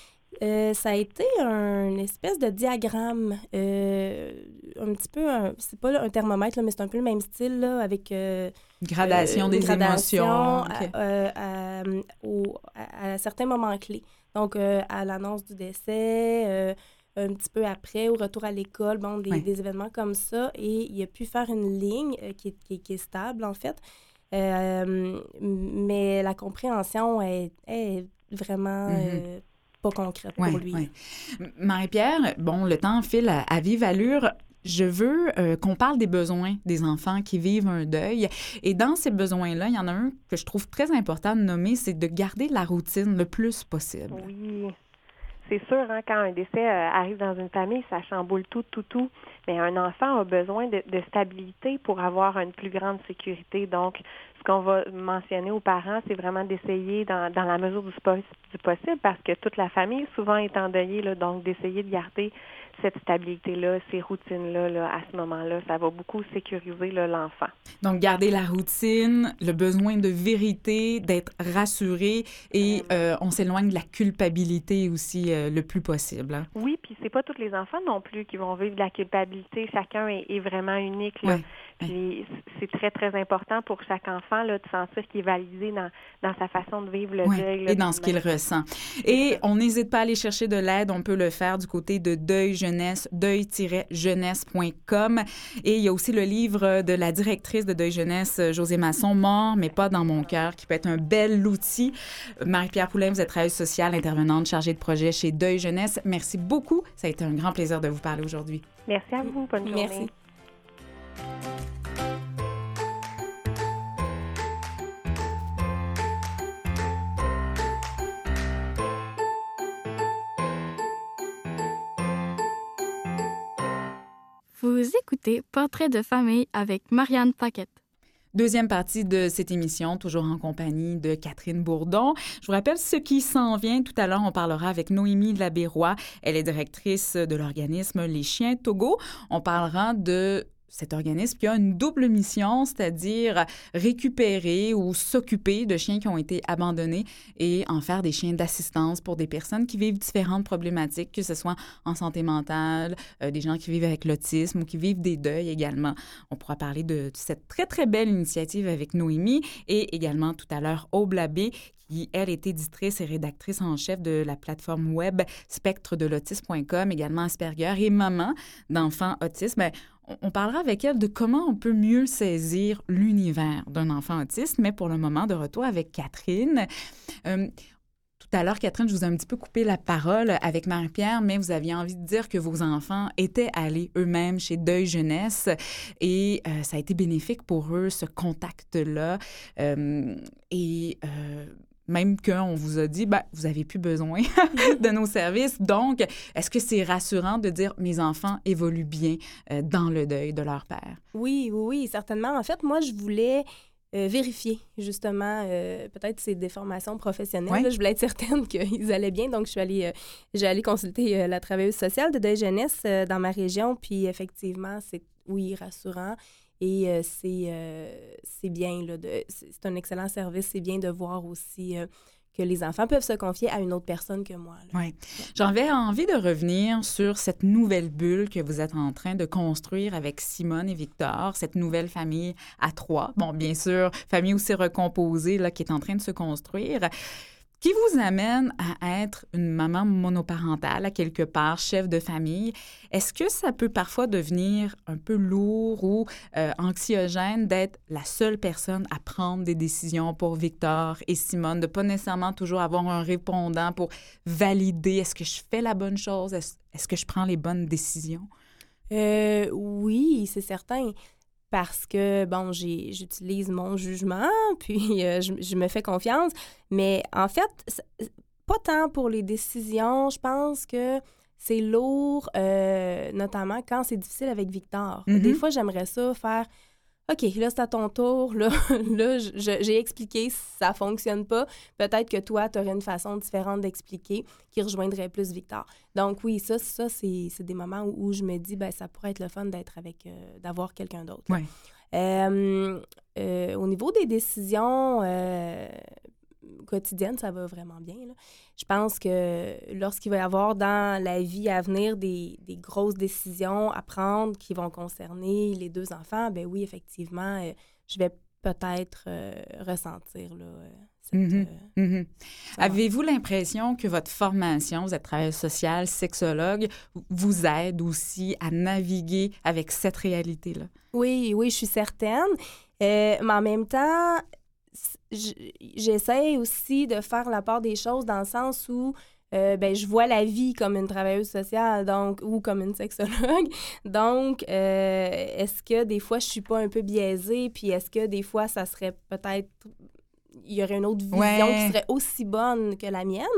Euh, ça a été un espèce de diagramme, euh, un petit peu, un, c'est pas un thermomètre, là, mais c'est un peu le même style, là, avec... Euh, Gradation euh, des une gradation émotions. à, OK. euh, à, au- à- à certains moments clés. Donc, euh, à l'annonce du décès, euh, un petit peu après, au retour à l'école, bon, des, Oui. des événements comme ça. Et il a pu faire une ligne euh, qui, est, qui, est, qui est stable, en fait. Euh, mais la compréhension est, est vraiment Mhm. euh, pas concrète Ouais, pour lui. ouais. M- Marie-Pierre, bon, le temps file à, à vive allure. Je veux euh, qu'on parle des besoins des enfants qui vivent un deuil. Et dans ces besoins-là, il y en a un que je trouve très important de nommer, c'est de garder la routine le plus possible. Oui. C'est sûr, hein, quand un décès euh, arrive dans une famille, ça chamboule tout, tout, tout. Mais un enfant a besoin de, de stabilité pour avoir une plus grande sécurité. Donc, ce qu'on va mentionner aux parents, c'est vraiment d'essayer, dans, dans la mesure du, spo- du possible, parce que toute la famille souvent est endeuillée, là, donc d'essayer de garder cette stabilité-là, ces routines-là, là, à ce moment-là, ça va beaucoup sécuriser là, l'enfant. Donc, garder la routine, le besoin de vérité, d'être rassuré et euh, on s'éloigne de la culpabilité aussi euh, le plus possible. Hein? Oui, puis c'est pas tous les enfants non plus qui vont vivre de la culpabilité. Chacun est, est vraiment unique, là. Ouais. Puis c'est très, très important pour chaque enfant là, de sentir qu'il est validé dans, dans sa façon de vivre le Ouais, deuil. Là, et dans ce qu'il ressent. Et on n'hésite pas à aller chercher de l'aide. On peut le faire du côté de Deuil Jeunesse, deuil tiret jeunesse point com. Et il y a aussi le livre de la directrice de Deuil Jeunesse, Josée Masson, Mort, mais pas dans mon cœur, qui peut être un bel outil. Marie-Pierre Poulin, vous êtes travailleuse sociale, intervenante, chargée de projet chez Deuil Jeunesse. Merci beaucoup. Ça a été un grand plaisir de vous parler aujourd'hui. Merci à vous. Bonne journée. Merci. Vous écoutez Portrait de famille avec Marianne Paquette. Deuxième partie de cette émission, toujours en compagnie de Catherine Bourdon. Je vous rappelle ce qui s'en vient. Tout à l'heure, on parlera avec Noémie Labérois. Elle est directrice de l'organisme Les Chiens Togo. On parlera de cet organisme qui a une double mission, c'est-à-dire récupérer ou s'occuper de chiens qui ont été abandonnés et en faire des chiens d'assistance pour des personnes qui vivent différentes problématiques, que ce soit en santé mentale, euh, des gens qui vivent avec l'autisme ou qui vivent des deuils également. On pourra parler de cette très, très belle initiative avec Noémie et également tout à l'heure Aube Labbé, qui, elle, est éditrice et rédactrice en chef de la plateforme web spectre de l'autisme point com, également Asperger et maman d'enfants autistes. Bien, on parlera avec elle de comment on peut mieux saisir l'univers d'un enfant autiste, mais pour le moment, de retour avec Catherine. Euh, tout à l'heure, Catherine, je vous ai un petit peu coupé la parole avec Marie-Pierre, mais vous aviez envie de dire que vos enfants étaient allés eux-mêmes chez Deuil Jeunesse et euh, ça a été bénéfique pour eux, ce contact-là. Euh, et... Euh, Même qu'on vous a dit, ben, vous n'avez plus besoin de nos services. Donc, est-ce que c'est rassurant de dire mes enfants évoluent bien euh, dans le deuil de leur père? Oui, oui, oui, certainement. En fait, moi, je voulais euh, vérifier, justement, euh, peut-être ces déformations professionnelles. Ouais. Là, je voulais être certaine qu'ils allaient bien. Donc, je suis allée, euh, j'ai allé consulter euh, la travailleuse sociale de Deuil Jeunesse euh, dans ma région. Puis, effectivement, c'est, oui, rassurant. Et euh, c'est, euh, c'est bien, là, de, c'est, c'est un excellent service. C'est bien de voir aussi euh, que les enfants peuvent se confier à une autre personne que moi. Oui. J'avais envie de revenir sur cette nouvelle bulle que vous êtes en train de construire avec Simone et Victor, cette nouvelle famille à trois. Bon, bien sûr, famille aussi recomposée là, qui est en train de se construire. Qui vous amène à être une maman monoparentale, à quelque part, chef de famille. Est-ce que ça peut parfois devenir un peu lourd ou euh, anxiogène d'être la seule personne à prendre des décisions pour Victor et Simone, de pas nécessairement toujours avoir un répondant pour valider est-ce que je fais la bonne chose, est-ce, est-ce que je prends les bonnes décisions? Euh, oui, c'est certain. Parce que, bon, j'ai, j'utilise mon jugement, puis euh, je, je me fais confiance. Mais en fait, pas tant pour les décisions. Je pense que c'est lourd, euh, notamment quand c'est difficile avec Victor. Mm-hmm. Des fois, j'aimerais ça faire... OK, là, c'est à ton tour. Là, là je, j'ai expliqué, ça fonctionne pas. Peut-être que toi, tu aurais une façon différente d'expliquer qui rejoindrait plus Victor. Donc oui, ça, ça c'est, c'est des moments où, où je me dis, ben ça pourrait être le fun d'être avec, euh, d'avoir quelqu'un d'autre. Ouais. Euh, euh, au niveau des décisions euh, quotidiennes, ça va vraiment bien, là. Je pense que lorsqu'il va y avoir dans la vie à venir des, des grosses décisions à prendre qui vont concerner les deux enfants, ben oui, effectivement, euh, je vais peut-être euh, ressentir là, cette... Mm-hmm. Euh, mm-hmm. Avez-vous l'impression que votre formation, vous êtes travailleuse sociale, sexologue, vous aide aussi à naviguer avec cette réalité-là? Oui, oui, je suis certaine. Euh, mais en même temps... J'essaie aussi de faire la part des choses dans le sens où euh, ben, je vois la vie comme une travailleuse sociale donc, ou comme une sexologue. Donc, euh, est-ce que des fois, je suis pas un peu biaisée? Puis est-ce que des fois, ça serait peut-être... Il y aurait une autre vision ouais. qui serait aussi bonne que la mienne?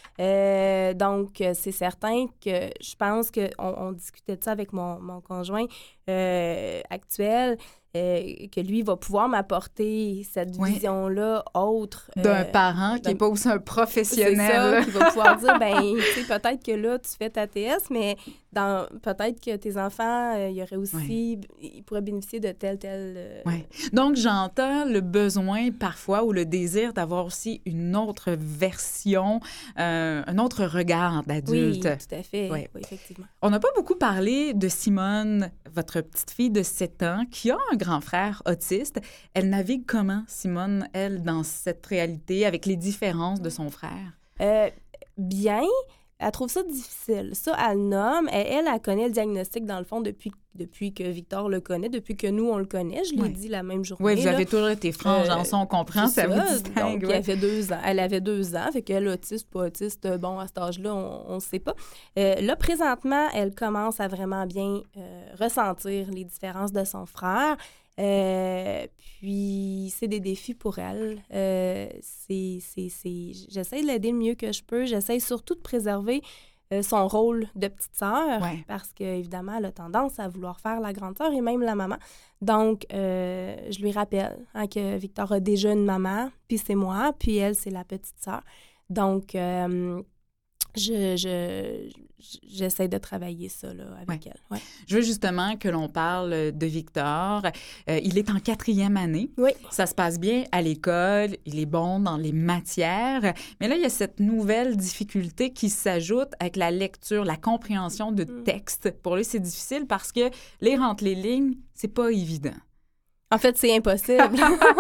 Euh, donc, c'est certain que je pense qu'on on discutait de ça avec mon, mon conjoint euh, actuel. Euh, que lui va pouvoir m'apporter cette oui. vision-là autre. Euh, d'un parent qui n'est pas aussi un professionnel. C'est ça, qui va pouvoir dire, ben tu sais, peut-être que là, tu fais ta T S, mais dans, peut-être que tes enfants, il euh, y aurait aussi, oui. ils pourraient bénéficier de tel, tel... Euh... Oui. Donc, j'entends le besoin parfois ou le désir d'avoir aussi une autre version, euh, un autre regard d'adulte. Oui, tout à fait. Oui, oui effectivement. On n'a pas beaucoup parlé de Simone, votre petite fille de sept ans, qui a un grand frère autiste. Elle navigue comment, Simone, elle, dans cette réalité, avec les différences de son frère? Euh, bien. Elle trouve ça difficile. Ça, elle le nomme. Elle, elle, elle connaît le diagnostic, dans le fond, depuis, depuis que Victor le connaît, depuis que nous, on le connaît. Je l'ai oui. dit la même journée. Oui, vous là. avez toujours été franche dans euh, son, on comprend, ça, ça vous distingue. Donc, oui. elle avait deux ans. Elle avait deux ans, fait qu'elle, autiste, pas autiste, bon, à cet âge-là, on ne sait pas. Euh, là, présentement, elle commence à vraiment bien euh, ressentir les différences de son frère. Euh, puis, c'est des défis pour elle. Euh, c'est, c'est, c'est... J'essaie de l'aider le mieux que je peux. J'essaie surtout de préserver euh, son rôle de petite sœur ouais. parce qu'évidemment, elle a tendance à vouloir faire la grande sœur et même la maman. Donc, euh, je lui rappelle hein, que Victor a déjà une maman, puis c'est moi, puis elle, c'est la petite sœur. Donc, euh, Je, je, j'essaie de travailler ça là, avec ouais. elle. Ouais. Je veux justement que l'on parle de Victor. Euh, il est en quatrième année. Oui. Ça se passe bien à l'école. Il est bon dans les matières. Mais là, il y a cette nouvelle difficulté qui s'ajoute avec la lecture, la compréhension de mm. textes. Pour lui, c'est difficile parce que lire entre les lignes, c'est pas évident. En fait, c'est impossible.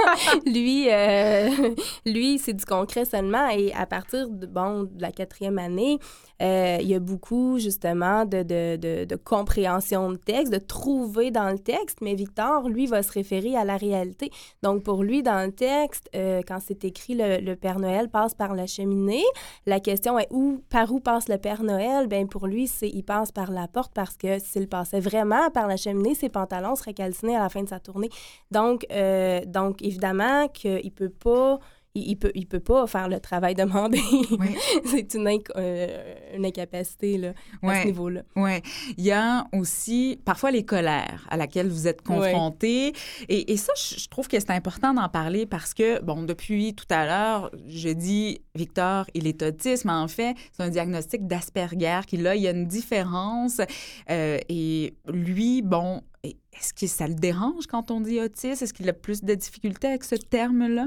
lui, euh, lui, c'est du concret seulement. Et à partir de, bon, de la quatrième année, euh, il y a beaucoup, justement, de, de, de, de compréhension de texte, de trouver dans le texte. Mais Victor, lui, va se référer à la réalité. Donc, pour lui, dans le texte, euh, quand c'est écrit le, le Père Noël passe par la cheminée, la question est où, par où passe le Père Noël? Bien, pour lui, c'est il passe par la porte parce que s'il passait vraiment par la cheminée, ses pantalons seraient calcinés à la fin de sa tournée. Donc, euh, donc évidemment qu'il ne peut pas... Il, il, peut, il peut pas faire le travail demandé. Oui. C'est une, inc- euh, une incapacité là, à ouais. ce niveau-là. Oui. Il y a aussi parfois les colères à laquelles vous êtes confrontés. Ouais. Et, et ça, je, je trouve que c'est important d'en parler parce que, bon, depuis tout à l'heure, je dis, Victor, il est autiste, mais en fait, c'est un diagnostic d'Asperger qu'il a. Il y a une différence. Euh, et lui, bon, est-ce que ça le dérange quand on dit autiste? Est-ce qu'il a plus de difficultés avec ce terme-là?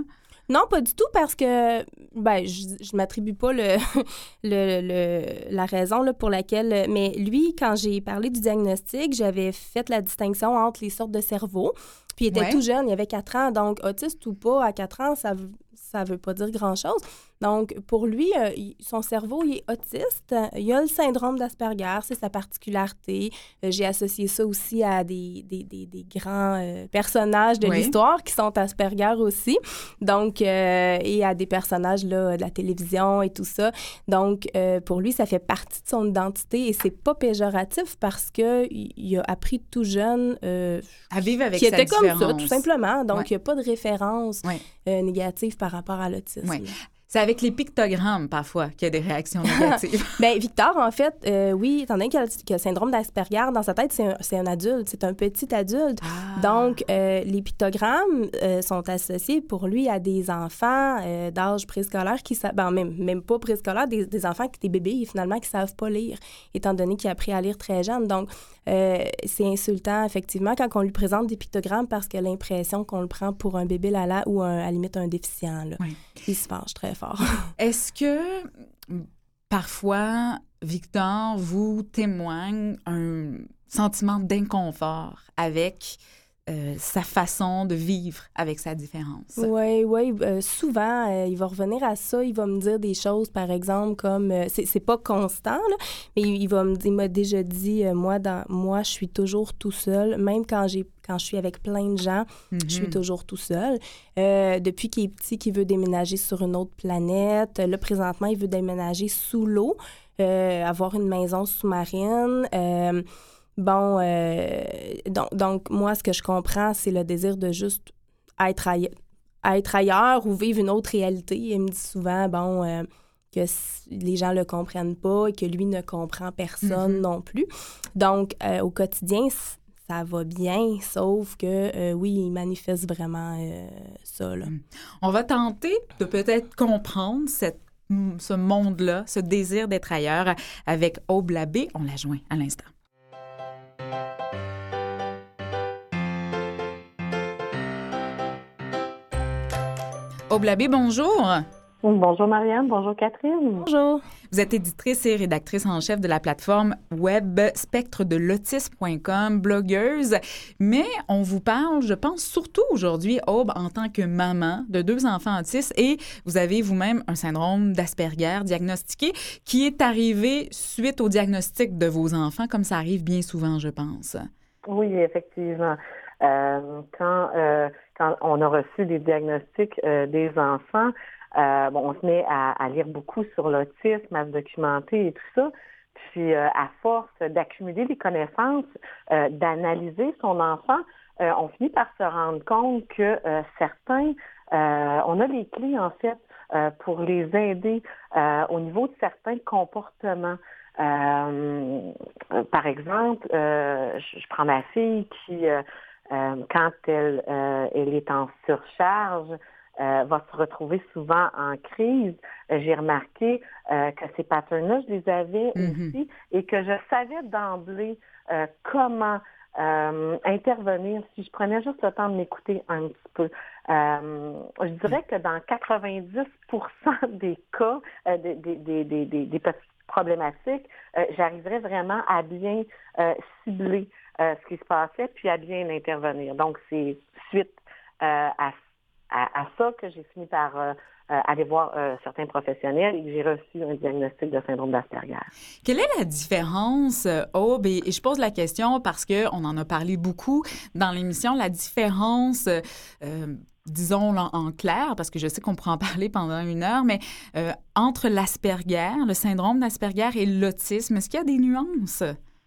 Non, pas du tout, parce que ben, je je m'attribue pas le, le, le- la raison là, pour laquelle... Mais lui, quand j'ai parlé du diagnostic, j'avais fait la distinction entre les sortes de cerveau. Puis il était Ouais. tout jeune, il avait quatre ans. Donc, autiste ou pas, à quatre ans, ça veut, ça veut pas dire grand-chose. Donc, pour lui, euh, il- son cerveau, il est autiste. Il a le syndrome d'Asperger, c'est sa particularité. Euh, j'ai associé ça aussi à des, des, des, des grands euh, personnages de Oui. l'histoire qui sont Asperger aussi. Donc, euh, et à des personnages là, de la télévision et tout ça. Donc, euh, pour lui, ça fait partie de son identité et c'est pas péjoratif parce que il il a appris tout jeune euh, À vivre avec qui sa était comme ça, différence. tout simplement. Donc, Ouais. il n'y a pas de référence Ouais. euh, négative par rapport à l'autisme. Ouais. C'est avec les pictogrammes, parfois, qu'il y a des réactions négatives. Bien, Victor, en fait, euh, oui, étant donné qu'il a, qu'il a le syndrome d'Asperger, dans sa tête, c'est un, c'est un adulte, c'est un petit adulte. Ah. Donc, euh, les pictogrammes euh, sont associés pour lui à des enfants euh, d'âge préscolaire qui savent, ben, même, même pas préscolaire, des, des enfants, des bébés, finalement, qui savent pas lire, étant donné qu'il a appris à lire très jeune. Donc, euh, c'est insultant, effectivement, quand on lui présente des pictogrammes parce qu'il a l'impression qu'on le prend pour un bébé lala ou, un, à la limite, un déficient. Là. Oui. Il se fâche très fort. Est-ce que parfois, Victor vous témoigne un sentiment d'inconfort avec euh, sa façon de vivre avec sa différence? Oui, oui. Euh, souvent, euh, il va revenir à ça. Il va me dire des choses, par exemple, comme... euh, c'est, c'est pas constant, là, mais il, il va me dire, il m'a déjà dit, euh, moi, dans, moi, je suis toujours tout seul. Même quand j'ai quand je suis avec plein de gens, Mm-hmm. je suis toujours tout seul. Euh, depuis qu'il est petit, qu'il veut déménager sur une autre planète. Là, présentement, il veut déménager sous l'eau, euh, avoir une maison sous-marine. Euh, Bon, euh, donc, donc, moi, ce que je comprends, c'est le désir de juste être, aille- être ailleurs ou vivre une autre réalité. Il me dit souvent, bon, euh, que s- les gens le comprennent pas et que lui ne comprend personne Mhm. non plus. Donc, euh, au quotidien, c- ça va bien, sauf que, euh, oui, il manifeste vraiment euh, ça, là. On va tenter de peut-être comprendre cette, ce monde-là, ce désir d'être ailleurs avec Aube Labbé. On la joint à l'instant. Aube Labbé, bonjour. Bonjour Marianne, bonjour Catherine. Bonjour. Vous êtes éditrice et rédactrice en chef de la plateforme web spectre de l'autisme point com, blogueuse, mais on vous parle, je pense, surtout aujourd'hui, Aube, en tant que maman de deux enfants autistes et vous avez vous-même un syndrome d'Asperger diagnostiqué qui est arrivé suite au diagnostic de vos enfants, comme ça arrive bien souvent, je pense. Oui, effectivement. Euh, quand, euh, quand on a reçu des diagnostics euh, des enfants, Euh, bon, on se met à, à lire beaucoup sur l'autisme, à se documenter et tout ça. Puis, euh, à force d'accumuler des connaissances, euh, d'analyser son enfant, euh, on finit par se rendre compte que euh, certains, euh, on a les clés, en fait, euh, pour les aider euh, au niveau de certains comportements. Euh, par exemple, euh, je, je prends ma fille qui, euh, euh, quand elle, euh, elle est en surcharge, Euh, va se retrouver souvent en crise. Euh, j'ai remarqué euh, que ces patterns-là, je les avais Mhm. aussi et que je savais d'emblée euh, comment euh, intervenir si je prenais juste le temps de m'écouter un petit peu. Euh, je dirais que dans quatre-vingt-dix pour cent des cas, euh, des, des, des, des, des, des petites problématiques, euh, j'arriverais vraiment à bien euh, cibler euh, ce qui se passait puis à bien intervenir. Donc, c'est suite euh, à À, à ça que j'ai fini par euh, euh, aller voir euh, certains professionnels et que j'ai reçu un diagnostic de syndrome d'Asperger. Quelle est la différence, euh, Aube? Et, et je pose la question parce qu'on en a parlé beaucoup dans l'émission, la différence, euh, euh, disons en, en clair, parce que je sais qu'on pourrait en parler pendant une heure, mais euh, entre l'Asperger, le syndrome d'Asperger et l'autisme, est-ce qu'il y a des nuances?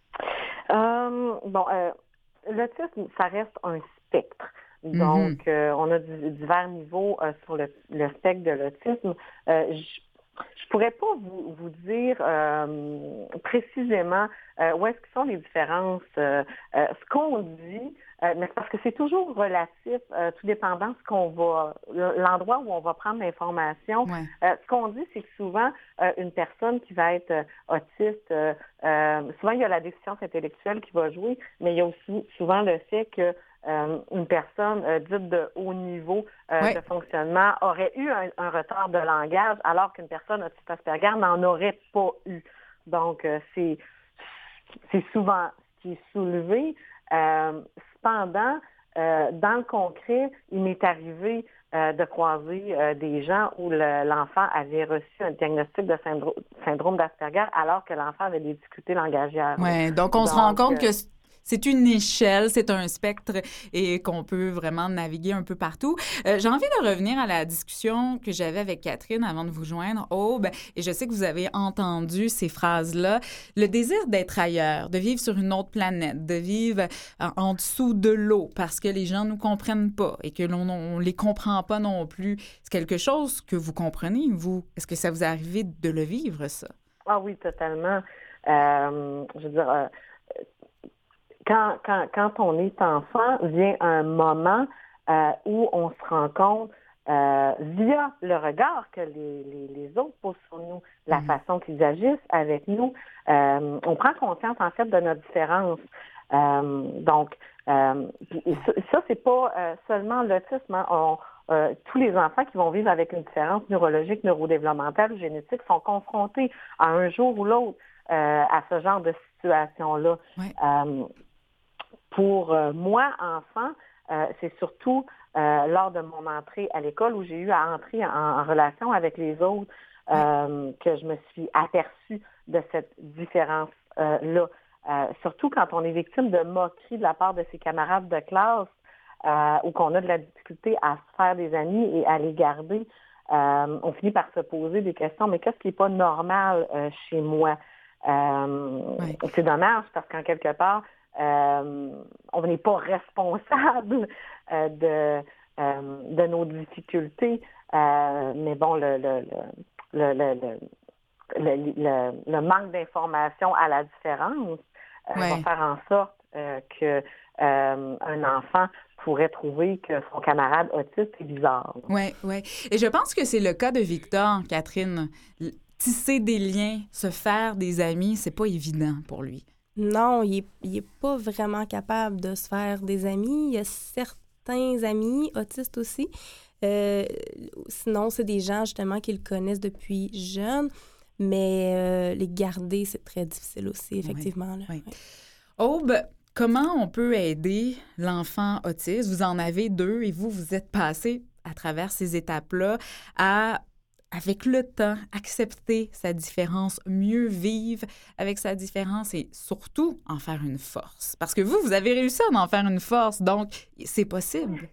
Euh, bon, euh, l'autisme, ça reste un spectre. Donc, mm-hmm. euh, on a du, divers niveaux euh, sur le, le spectre de l'autisme. Euh, je je pourrais pas vous, vous dire euh, précisément euh, où est-ce que sont les différences. Euh, euh, ce qu'on dit, Euh, mais c'est parce que c'est toujours relatif, euh, tout dépendant de ce qu'on va, l'endroit où on va prendre l'information. Ouais. Euh, ce qu'on dit, c'est que souvent, euh, une personne qui va être euh, autiste, euh, euh, souvent il y a la déficience intellectuelle qui va jouer, mais il y a aussi souvent le fait que euh, une personne euh, dite de haut niveau euh, ouais. de fonctionnement aurait eu un, un retard de langage, alors qu'une personne autiste Asperger n'en aurait pas eu. Donc, euh, c'est, c'est souvent ce qui est soulevé. Euh, cependant, euh, dans le concret, il m'est arrivé euh, de croiser euh, des gens où le, l'enfant avait reçu un diagnostic de syndrome, syndrome d'Asperger alors que l'enfant avait des difficultés langagières. Oui, donc on donc, se rend compte euh, que c'est une échelle, c'est un spectre et qu'on peut vraiment naviguer un peu partout. Euh, j'ai envie de revenir à la discussion que j'avais avec Catherine avant de vous joindre, Aube, et je sais que vous avez entendu ces phrases-là. Le désir d'être ailleurs, de vivre sur une autre planète, de vivre en, en dessous de l'eau parce que les gens ne nous comprennent pas et que l'on ne les comprend pas non plus. C'est quelque chose que vous comprenez, vous? Est-ce que ça vous est arrivé de le vivre, ça? Ah oui, totalement. Euh, je veux dire... Euh, Quand, quand, quand on est enfant, vient un moment euh, où on se rend compte, euh, via le regard que les, les, les autres posent sur nous, la mmh. façon qu'ils agissent avec nous, euh, on prend conscience, en fait, de notre différence. Euh, donc, euh, ça, ça, c'est pas euh, seulement l'autisme. Hein. On, euh, tous les enfants qui vont vivre avec une différence neurologique, neurodéveloppementale ou génétique sont confrontés à un jour ou l'autre euh, à ce genre de situation-là. Ouais. Euh, Pour euh, moi, enfant, euh, c'est surtout euh, lors de mon entrée à l'école où j'ai eu à entrer en, en relation avec les autres euh, que je me suis aperçue de cette différence-là. Euh, surtout quand on est victime de moqueries de la part de ses camarades de classe euh, ou qu'on a de la difficulté à se faire des amis et à les garder, euh, on finit par se poser des questions. Mais qu'est-ce qui n'est pas normal euh, chez moi? Euh, oui. C'est dommage parce qu'en quelque part, Euh, on n'est pas responsable euh, de, euh, de nos difficultés, euh, mais bon, le, le, le, le, le, le, le, le manque d'information à la différence euh, ouais. va faire en sorte euh, que euh, un enfant pourrait trouver que son camarade autiste est bizarre. Oui, oui. Et je pense que c'est le cas de Victor, Catherine. Tisser des liens, se faire des amis, c'est pas évident pour lui. Non, il n'est pas vraiment capable de se faire des amis. Il y a certains amis, autistes aussi. Euh, sinon, c'est des gens, justement, qui le connaissent depuis jeune. Mais euh, les garder, c'est très difficile aussi, effectivement. Oui, là. oui. Ouais. Aube, comment on peut aider l'enfant autiste? Vous en avez deux et vous, vous êtes passé à travers ces étapes-là à... avec le temps, accepter sa différence, mieux vivre avec sa différence et surtout en faire une force. Parce que vous, vous avez réussi à en faire une force, donc c'est possible.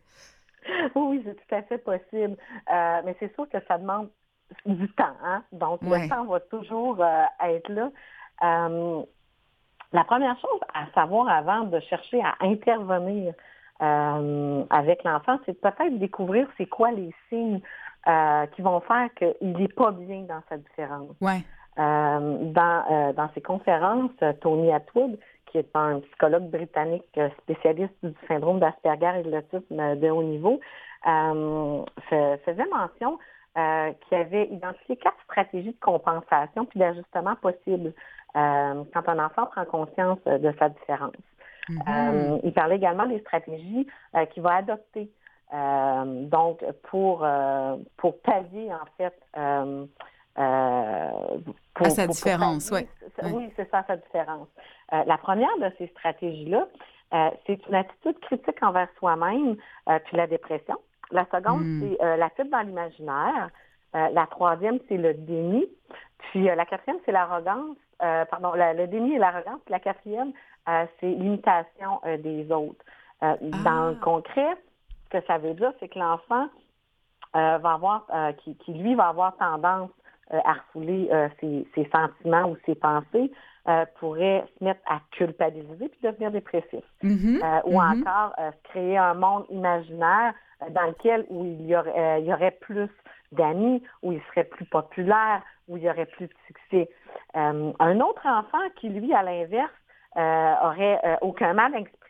Oui, c'est tout à fait possible. Euh, mais c'est sûr que ça demande du temps. Hein? Donc, ouais. le temps va toujours euh, être là. Euh, la première chose à savoir avant de chercher à intervenir euh, avec l'enfant, c'est peut-être découvrir c'est quoi les signes Euh, qui vont faire qu'il n'est pas bien dans sa différence. Ouais. Euh, dans, euh, dans ses conférences, Tony Attwood, qui est un psychologue britannique spécialiste du syndrome d'Asperger et de l'autisme de haut niveau, euh, faisait mention euh, qu'il avait identifié quatre stratégies de compensation puis d'ajustement possibles euh, quand un enfant prend conscience de sa différence. Mm-hmm. Euh, il parlait également des stratégies euh, qu'il va adopter. Euh, donc, pour, euh, pour pallier, en fait, euh, euh, pour, à sa pour, différence, oui. Ouais. Oui, c'est ça, sa différence. Euh, la première de ces stratégies-là, euh, c'est une attitude critique envers soi-même, euh, puis la dépression. La seconde, mm. c'est euh, la fuite dans l'imaginaire. Euh, la troisième, c'est le déni. Puis euh, la quatrième, c'est l'arrogance. Euh, pardon, la, le déni et l'arrogance. Puis la quatrième, euh, c'est l'imitation euh, des autres. Euh, ah. Dans le concret, ce que ça veut dire, c'est que l'enfant euh, va avoir, euh, qui, qui, lui, va avoir tendance euh, à refouler euh, ses, ses sentiments ou ses pensées, euh, pourrait se mettre à culpabiliser puis devenir dépressif. Mm-hmm. Euh, ou mm-hmm. encore euh, se créer un monde imaginaire euh, dans lequel où il y aurait, euh, il y aurait plus d'amis, où il serait plus populaire, où il y aurait plus de succès. Euh, un autre enfant qui, lui, à l'inverse, euh, aurait euh, aucun mal à exprimer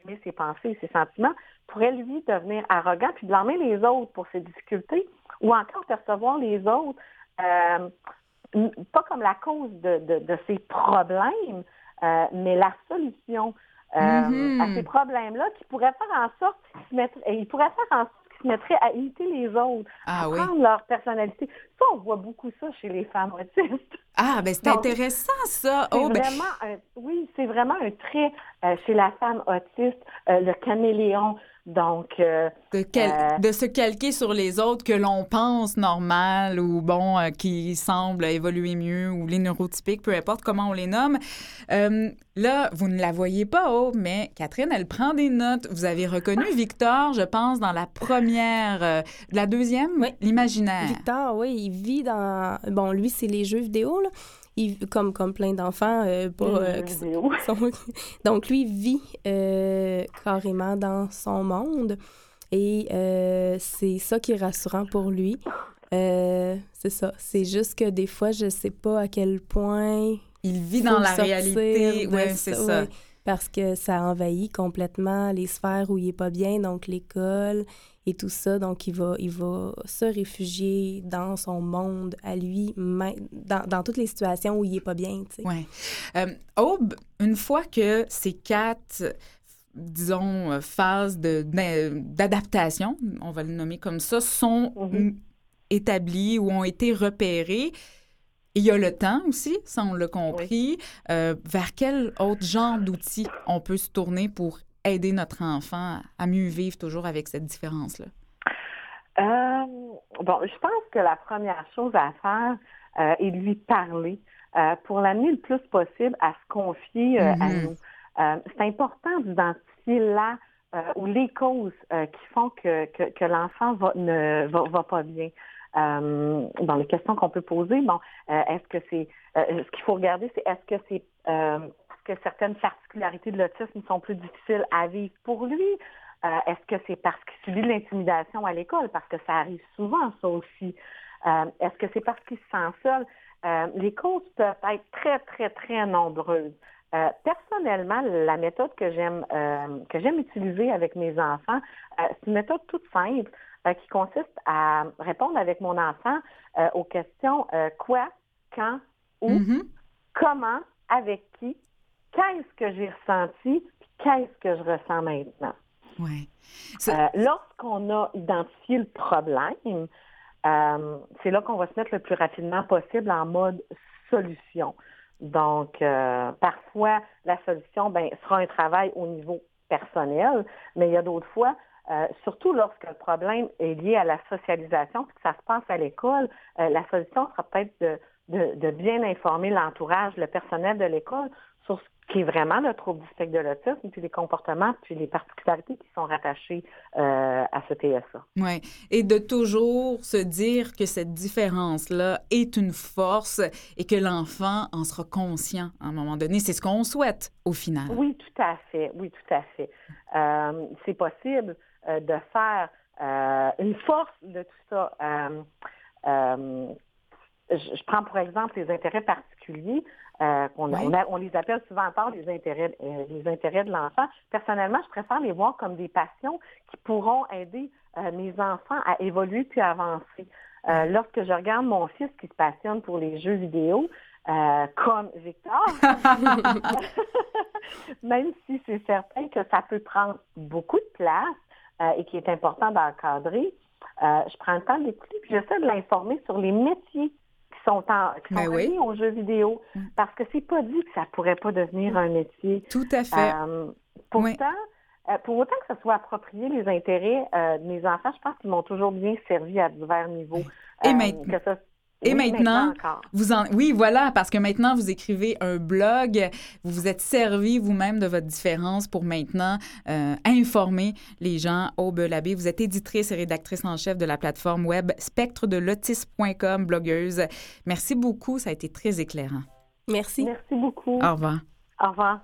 exprimer ses pensées et ses sentiments, pourrait, lui, devenir arrogant puis blâmer les autres pour ses difficultés ou encore percevoir les autres euh, pas comme la cause de, de, de ses problèmes, euh, mais la solution euh, Mm-hmm. à ces problèmes-là qui pourrait faire en sorte qu'il se mettrait, il pourrait faire en sorte qu'ils se mettraient à imiter les autres, Ah à oui. prendre leur personnalité. Ça, on voit beaucoup ça chez les femmes autistes. Ah, ben c'est Donc, intéressant, ça. C'est Oh, ben, vraiment un, oui, c'est vraiment un trait euh, chez la femme autiste, euh, le caméléon. Donc, euh, de, quel- euh, de se calquer sur les autres que l'on pense normal ou, bon, euh, qui semblent évoluer mieux ou les neurotypiques, peu importe comment on les nomme. Euh, là, vous ne la voyez pas, oh, mais Catherine, elle prend des notes. Vous avez reconnu Victor, je pense, dans la première, euh, la deuxième, Oui. l'imaginaire. Victor, oui, il vit dans... Bon, lui, c'est les jeux vidéo, là. Il, comme, comme plein d'enfants. Euh, pas, les euh, jeux qui vidéo. sont- Donc, lui, il vit euh, carrément dans son monde. Et euh, c'est ça qui est rassurant pour lui. Euh, c'est ça. C'est juste que des fois, je sais pas à quel point... Il vit faut dans la sortir réalité. de Oui, c'est ça. ouais, parce que ça envahit complètement les sphères où il est pas bien, donc l'école et tout ça. Donc, il va, il va se réfugier dans son monde à lui, même- dans, dans toutes les situations où il est pas bien, tu sais. Oui. Euh, Aube, une fois que ces quatre, disons, euh, phases de- d'a- d'adaptation, on va le nommer comme ça, sont Mhm. m- établies ou ont été repérées, il y a le temps aussi, ça on l'a compris. Euh, vers quel autre genre d'outils on peut se tourner pour aider notre enfant à mieux vivre toujours avec cette différence-là? Euh, bon, je pense que la première chose à faire euh, est de lui parler euh, pour l'amener le plus possible à se confier euh, à Mhm. nous. Euh, c'est important d'identifier là euh, ou les causes euh, qui font que, que, que l'enfant va, ne va, va pas bien. Euh, dans les questions qu'on peut poser, bon, euh, est-ce que c'est euh, ce qu'il faut regarder, c'est est-ce que c'est euh, parce que certaines particularités de l'autisme sont plus difficiles à vivre pour lui? Euh, est-ce que c'est parce qu'il subit de l'intimidation à l'école? Parce que ça arrive souvent, ça aussi. Euh, est-ce que c'est parce qu'il se sent seul? Euh, les causes peuvent être très, très, très nombreuses. Euh, personnellement, la méthode que j'aime euh, que j'aime utiliser avec mes enfants, euh, c'est une méthode toute simple euh, qui consiste à répondre avec mon enfant euh, aux questions euh, quoi, quand, où, Mhm. comment, avec qui, qu'est-ce que j'ai ressenti, puis qu'est-ce que je ressens maintenant. Oui. Euh, lorsqu'on a identifié le problème, euh, c'est là qu'on va se mettre le plus rapidement possible en mode solution. Donc, euh, parfois, la solution ben, sera un travail au niveau personnel, mais il y a d'autres fois, euh, surtout lorsque le problème est lié à la socialisation, puis que ça se passe à l'école, euh, la solution sera peut-être de, de, de bien informer l'entourage, le personnel de l'école sur ce qui est vraiment le trouble du spectre de l'autisme, puis les comportements, puis les particularités qui sont rattachées euh, à ce T S A. Oui, et de toujours se dire que cette différence-là est une force et que l'enfant en sera conscient à un moment donné. C'est ce qu'on souhaite au final. Oui, tout à fait. Oui, tout à fait. Euh, c'est possible euh, de faire euh, une force de tout ça. Euh, euh, je, je prends pour exemple les intérêts particuliers. Euh, on, Oui. on, a, on les appelle souvent encore les intérêts, euh, les intérêts de l'enfant. Personnellement, je préfère les voir comme des passions qui pourront aider euh, mes enfants à évoluer puis à avancer. Euh, lorsque je regarde mon fils qui se passionne pour les jeux vidéo, euh, comme Victor, même si c'est certain que ça peut prendre beaucoup de place euh, et qu'il est important d'encadrer, euh, je prends le temps de l'écouter puis j'essaie de l'informer sur les métiers qui sont, en, qui sont Ben reliés oui. aux jeux vidéo, parce que c'est pas dit que ça pourrait pas devenir un métier. Tout à fait. Euh, pourtant, Oui. euh, pour autant que ce soit approprié, les intérêts euh, de mes enfants, je pense qu'ils m'ont toujours bien servi à divers niveaux. Et Euh, maintenant- que ça- Et oui, maintenant, encore. vous en... oui, voilà, parce que maintenant, vous écrivez un blog, vous vous êtes servi vous-même de votre différence pour maintenant euh, informer les gens. Aube Labbé, vous êtes éditrice et rédactrice en chef de la plateforme web spectre de l'autisme point com, blogueuse. Merci beaucoup, ça a été très éclairant. Merci. Merci beaucoup. Au revoir. Au revoir.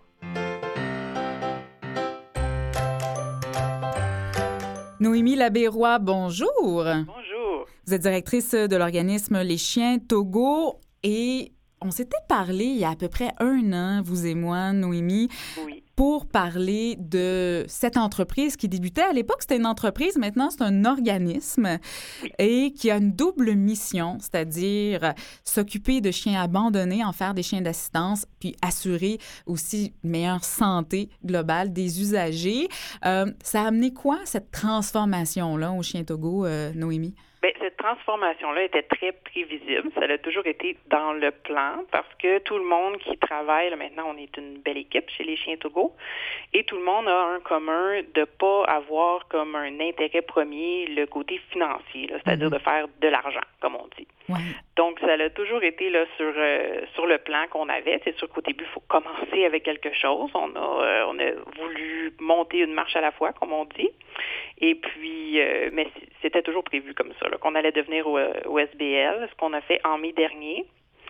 Noémie Labbé-Roy, bonjour. Bonjour. Vous êtes directrice de l'organisme Les Chiens Togo et on s'était parlé il y a à peu près un an, vous et moi, Noémie. Oui. pour parler de cette entreprise qui débutait. À l'époque, c'était une entreprise, maintenant c'est un organisme et qui a une double mission, c'est-à-dire s'occuper de chiens abandonnés, en faire des chiens d'assistance, puis assurer aussi une meilleure santé globale des usagers. Euh, ça a amené quoi, cette transformation-là au Chien Togo, euh, Noémie? Bien, cette transformation-là était très prévisible. Ça a toujours été dans le plan parce que tout le monde qui travaille, là, maintenant, on est une belle équipe chez les Chiens Togo et tout le monde a un commun de ne pas avoir comme un intérêt premier le côté financier, là, c'est-à-dire mm-hmm. de faire de l'argent, comme on dit. Ouais. Donc, ça a toujours été là sur euh, sur le plan qu'on avait. C'est sûr qu'au début, il faut commencer avec quelque chose. On a euh, on a voulu monter une marche à la fois, comme on dit. Et puis, euh, mais c'était toujours prévu comme ça, là, qu'on allait devenir au, au S B L, ce qu'on a fait en mai dernier.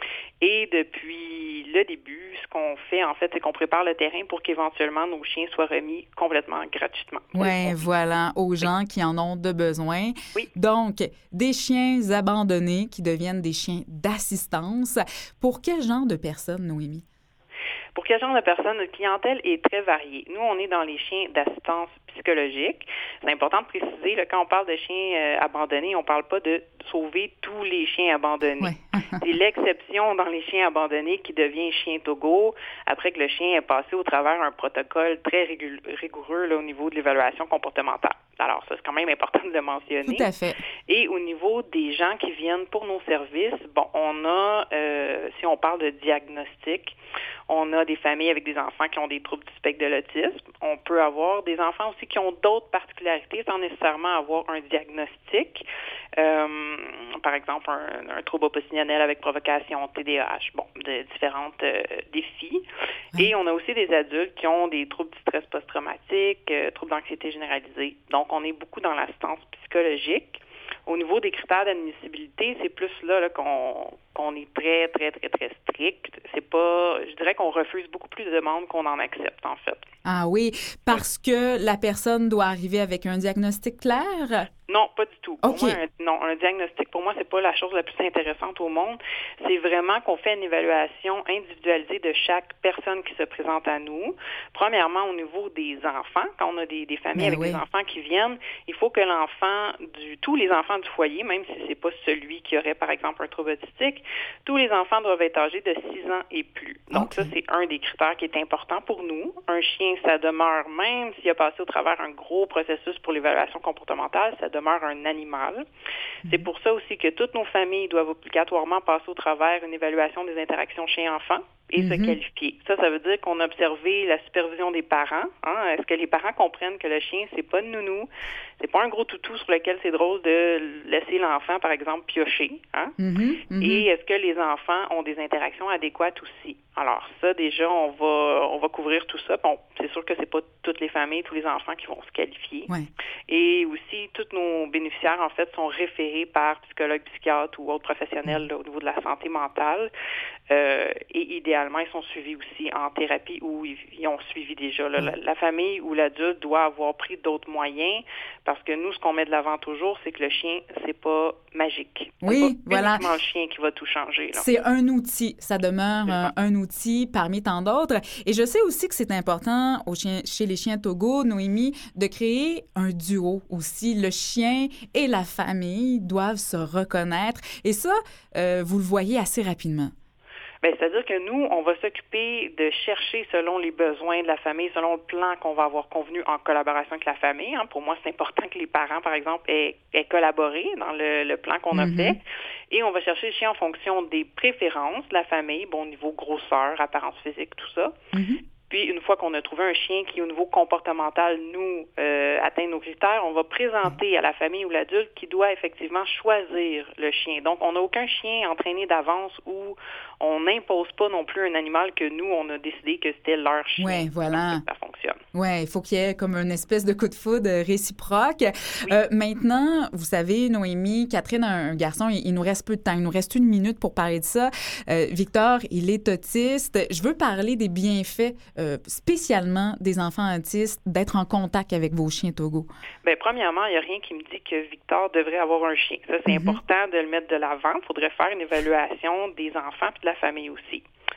Et depuis le début, ce qu'on fait, en fait, c'est qu'on prépare le terrain pour qu'éventuellement nos chiens soient remis complètement gratuitement. Oui, voilà, aux gens oui. qui en ont de besoin. Oui. Donc, des chiens abandonnés qui deviennent des chiens d'assistance. Pour quel genre de personnes, Noémie? Pour quel genre de personnes? Notre clientèle est très variée. Nous, on est dans les chiens d'assistance psychologique. C'est important de préciser, là, quand on parle de chiens euh, abandonnés, on ne parle pas de sauver tous les chiens abandonnés. Ouais. C'est l'exception dans les chiens abandonnés qui devient chien Togo après que le chien est passé au travers un protocole très rigoureux, rigoureux là, au niveau de l'évaluation comportementale. Alors, ça, c'est quand même important de le mentionner. Tout à fait. Et au niveau des gens qui viennent pour nos services, bon, on a, euh, si on parle de diagnostic, on a des familles avec des enfants qui ont des troubles du spectre de l'autisme. On peut avoir des enfants aussi qui ont d'autres particularités sans nécessairement avoir un diagnostic. Euh, par exemple, un, un trouble oppositionnel avec provocation, T D A H, bon, de différents euh, défis. Oui. Et on a aussi des adultes qui ont des troubles du stress post-traumatique, euh, troubles d'anxiété généralisée. Donc, on est beaucoup dans l'assistance psychologique. Au niveau des critères d'admissibilité, c'est plus là, là qu'on, qu'on est très, très, très, très strict. C'est pas, je dirais qu'on refuse beaucoup plus de demandes qu'on en accepte, en fait. Ah oui, parce oui. que la personne doit arriver avec un diagnostic clair? Non, pas du tout. Okay. Pour moi, un, non, un diagnostic, pour moi, c'est pas la chose la plus intéressante au monde. C'est vraiment qu'on fait une évaluation individualisée de chaque personne qui se présente à nous. Premièrement, au niveau des enfants, quand on a des, des familles ben avec oui. des enfants qui viennent, il faut que l'enfant, du tous les enfants du foyer, même si c'est pas celui qui aurait, par exemple, un trouble autistique, tous les enfants doivent être âgés de six ans et plus. Donc, okay. ça, c'est un des critères qui est important pour nous. Un chien, ça demeure, même s'il a passé au travers un gros processus pour l'évaluation comportementale, ça demeure un animal. Mm-hmm. C'est pour ça aussi que toutes nos familles doivent obligatoirement passer au travers une évaluation des interactions chien-enfant et mm-hmm. se qualifier. Ça, ça veut dire qu'on a observé la supervision des parents. Hein? Est-ce que les parents comprennent que le chien, c'est pas de nounou, c'est pas un gros toutou sur lequel c'est drôle de laisser l'enfant, par exemple, piocher. Hein? Mm-hmm. Mm-hmm. Et est-ce que les enfants ont des interactions adéquates aussi? Alors ça, déjà, on va on va couvrir tout ça. Bon, c'est sûr que c'est pas toutes les familles, tous les enfants qui vont se qualifier. Ouais. Et aussi, tous nos bénéficiaires, en fait, sont référés par psychologues, psychiatres ou autres professionnels là, au niveau de la santé mentale. Euh, et idéalement, ils sont suivis aussi en thérapie ou ils, ils ont suivi déjà. Là, la, la famille ou l'adulte doit avoir pris d'autres moyens parce que nous, ce qu'on met de l'avant toujours, c'est que le chien, c'est pas magique. Oui, c'est pas voilà. uniquement le chien qui va tout changer. Là. C'est un outil. Ça demeure un, un outil parmi tant d'autres. Et je sais aussi que c'est important au chien, chez les chiens Togo, Noémie, de créer un duo aussi. Le chien et la famille doivent se reconnaître. Et ça, euh, vous le voyez assez rapidement. Bien, c'est-à-dire que nous, on va s'occuper de chercher selon les besoins de la famille, selon le plan qu'on va avoir convenu en collaboration avec la famille. Hein. Pour moi, c'est important que les parents, par exemple, aient, aient collaboré dans le, le plan qu'on mm-hmm. a fait. Et on va chercher le chien en fonction des préférences de la famille, bon, au niveau grosseur, apparence physique, tout ça. Mm-hmm. Puis, une fois qu'on a trouvé un chien qui, au niveau comportemental, nous, euh, atteint nos critères, on va présenter à la famille ou l'adulte qui doit effectivement choisir le chien. Donc, on n'a aucun chien entraîné d'avance où on n'impose pas non plus un animal que nous, on a décidé que c'était leur chien. Oui, voilà. Ça fonctionne. Oui, il faut qu'il y ait comme une espèce de coup de foudre réciproque. Oui. Euh, maintenant, vous savez, Noémie, Catherine a un garçon, il, il nous reste peu de temps. Il nous reste une minute pour parler de ça. Euh, Victor, il est autiste. Je veux parler des bienfaits euh, spécialement des enfants autistes, d'être en contact avec vos chiens Togo. Bien, premièrement, il n'y a rien qui me dit que Victor devrait avoir un chien. Ça, c'est mm-hmm. important de le mettre de l'avant. Il faudrait faire une évaluation des enfants et de la famille aussi.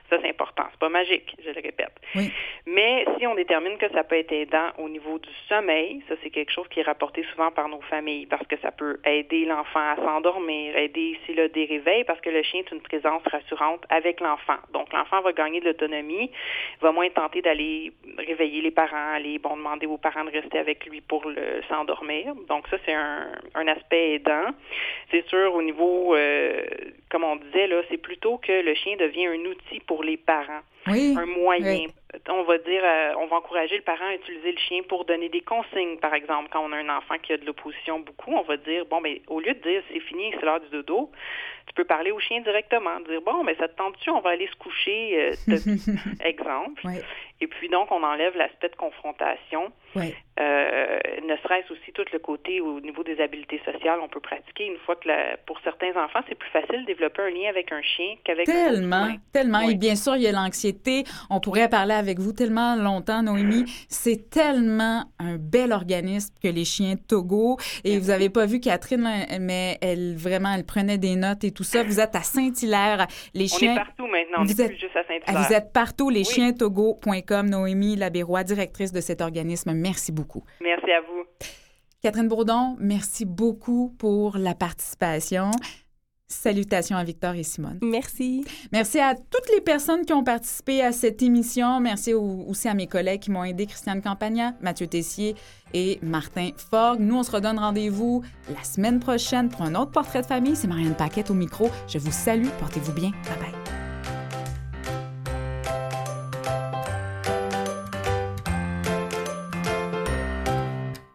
Ça, c'est important. C'est pas magique, je le répète. Oui. Mais si on détermine que ça peut être aidant au niveau du sommeil, ça, c'est quelque chose qui est rapporté souvent par nos familles parce que ça peut aider l'enfant à s'endormir, aider s'il a des réveils parce que le chien est une présence rassurante avec l'enfant. Donc, l'enfant va gagner de l'autonomie, va moins tenter d'aller réveiller les parents, aller, bon, demander aux parents de rester avec lui pour le, s'endormir. Donc, ça, c'est un, un aspect aidant. C'est sûr, au niveau, euh, comme on disait, là, c'est plutôt que le chien devient un outil pour les parents. Oui, un moyen. oui. On va dire, euh, on va encourager le parent à utiliser le chien pour donner des consignes, par exemple. Quand on a un enfant qui a de l'opposition beaucoup, on va dire, bon, mais au lieu de dire c'est fini, c'est l'heure du dodo, tu peux parler au chien directement, dire, bon, mais ça te tente-tu, on va aller se coucher, euh, de... exemple. Oui. Et puis donc, on enlève l'aspect de confrontation. Oui. Euh, ne serait-ce aussi tout le côté au niveau des habiletés sociales, on peut pratiquer une fois que la, pour certains enfants, c'est plus facile de développer un lien avec un chien qu'avec Tellement, un autre humain. tellement. Oui. Et bien sûr, il y a l'anxiété. On pourrait parler avec vous tellement longtemps, Noémie. C'est tellement un bel organisme que les chiens Togo. Et Merci. vous n'avez pas vu Catherine, mais elle vraiment, elle prenait des notes et tout ça. Vous êtes à Saint-Hilaire. Les On chiens... est partout maintenant, on Vous n'est êtes... plus juste à Saint-Hilaire. Vous êtes partout, les Oui. chiens togo point com. Noémie Labérois, directrice de cet organisme. Merci beaucoup. Merci à vous. Catherine Bourdon, merci beaucoup pour la participation. Salutations à Victor et Simone. Merci. Merci à toutes les personnes qui ont participé à cette émission. Merci au, aussi à mes collègues qui m'ont aidé, Christiane Campagna, Mathieu Tessier et Martin Forgue. Nous, on se redonne rendez-vous la semaine prochaine pour un autre portrait de famille. C'est Marianne Paquette au micro. Je vous salue. Portez-vous bien. Bye bye.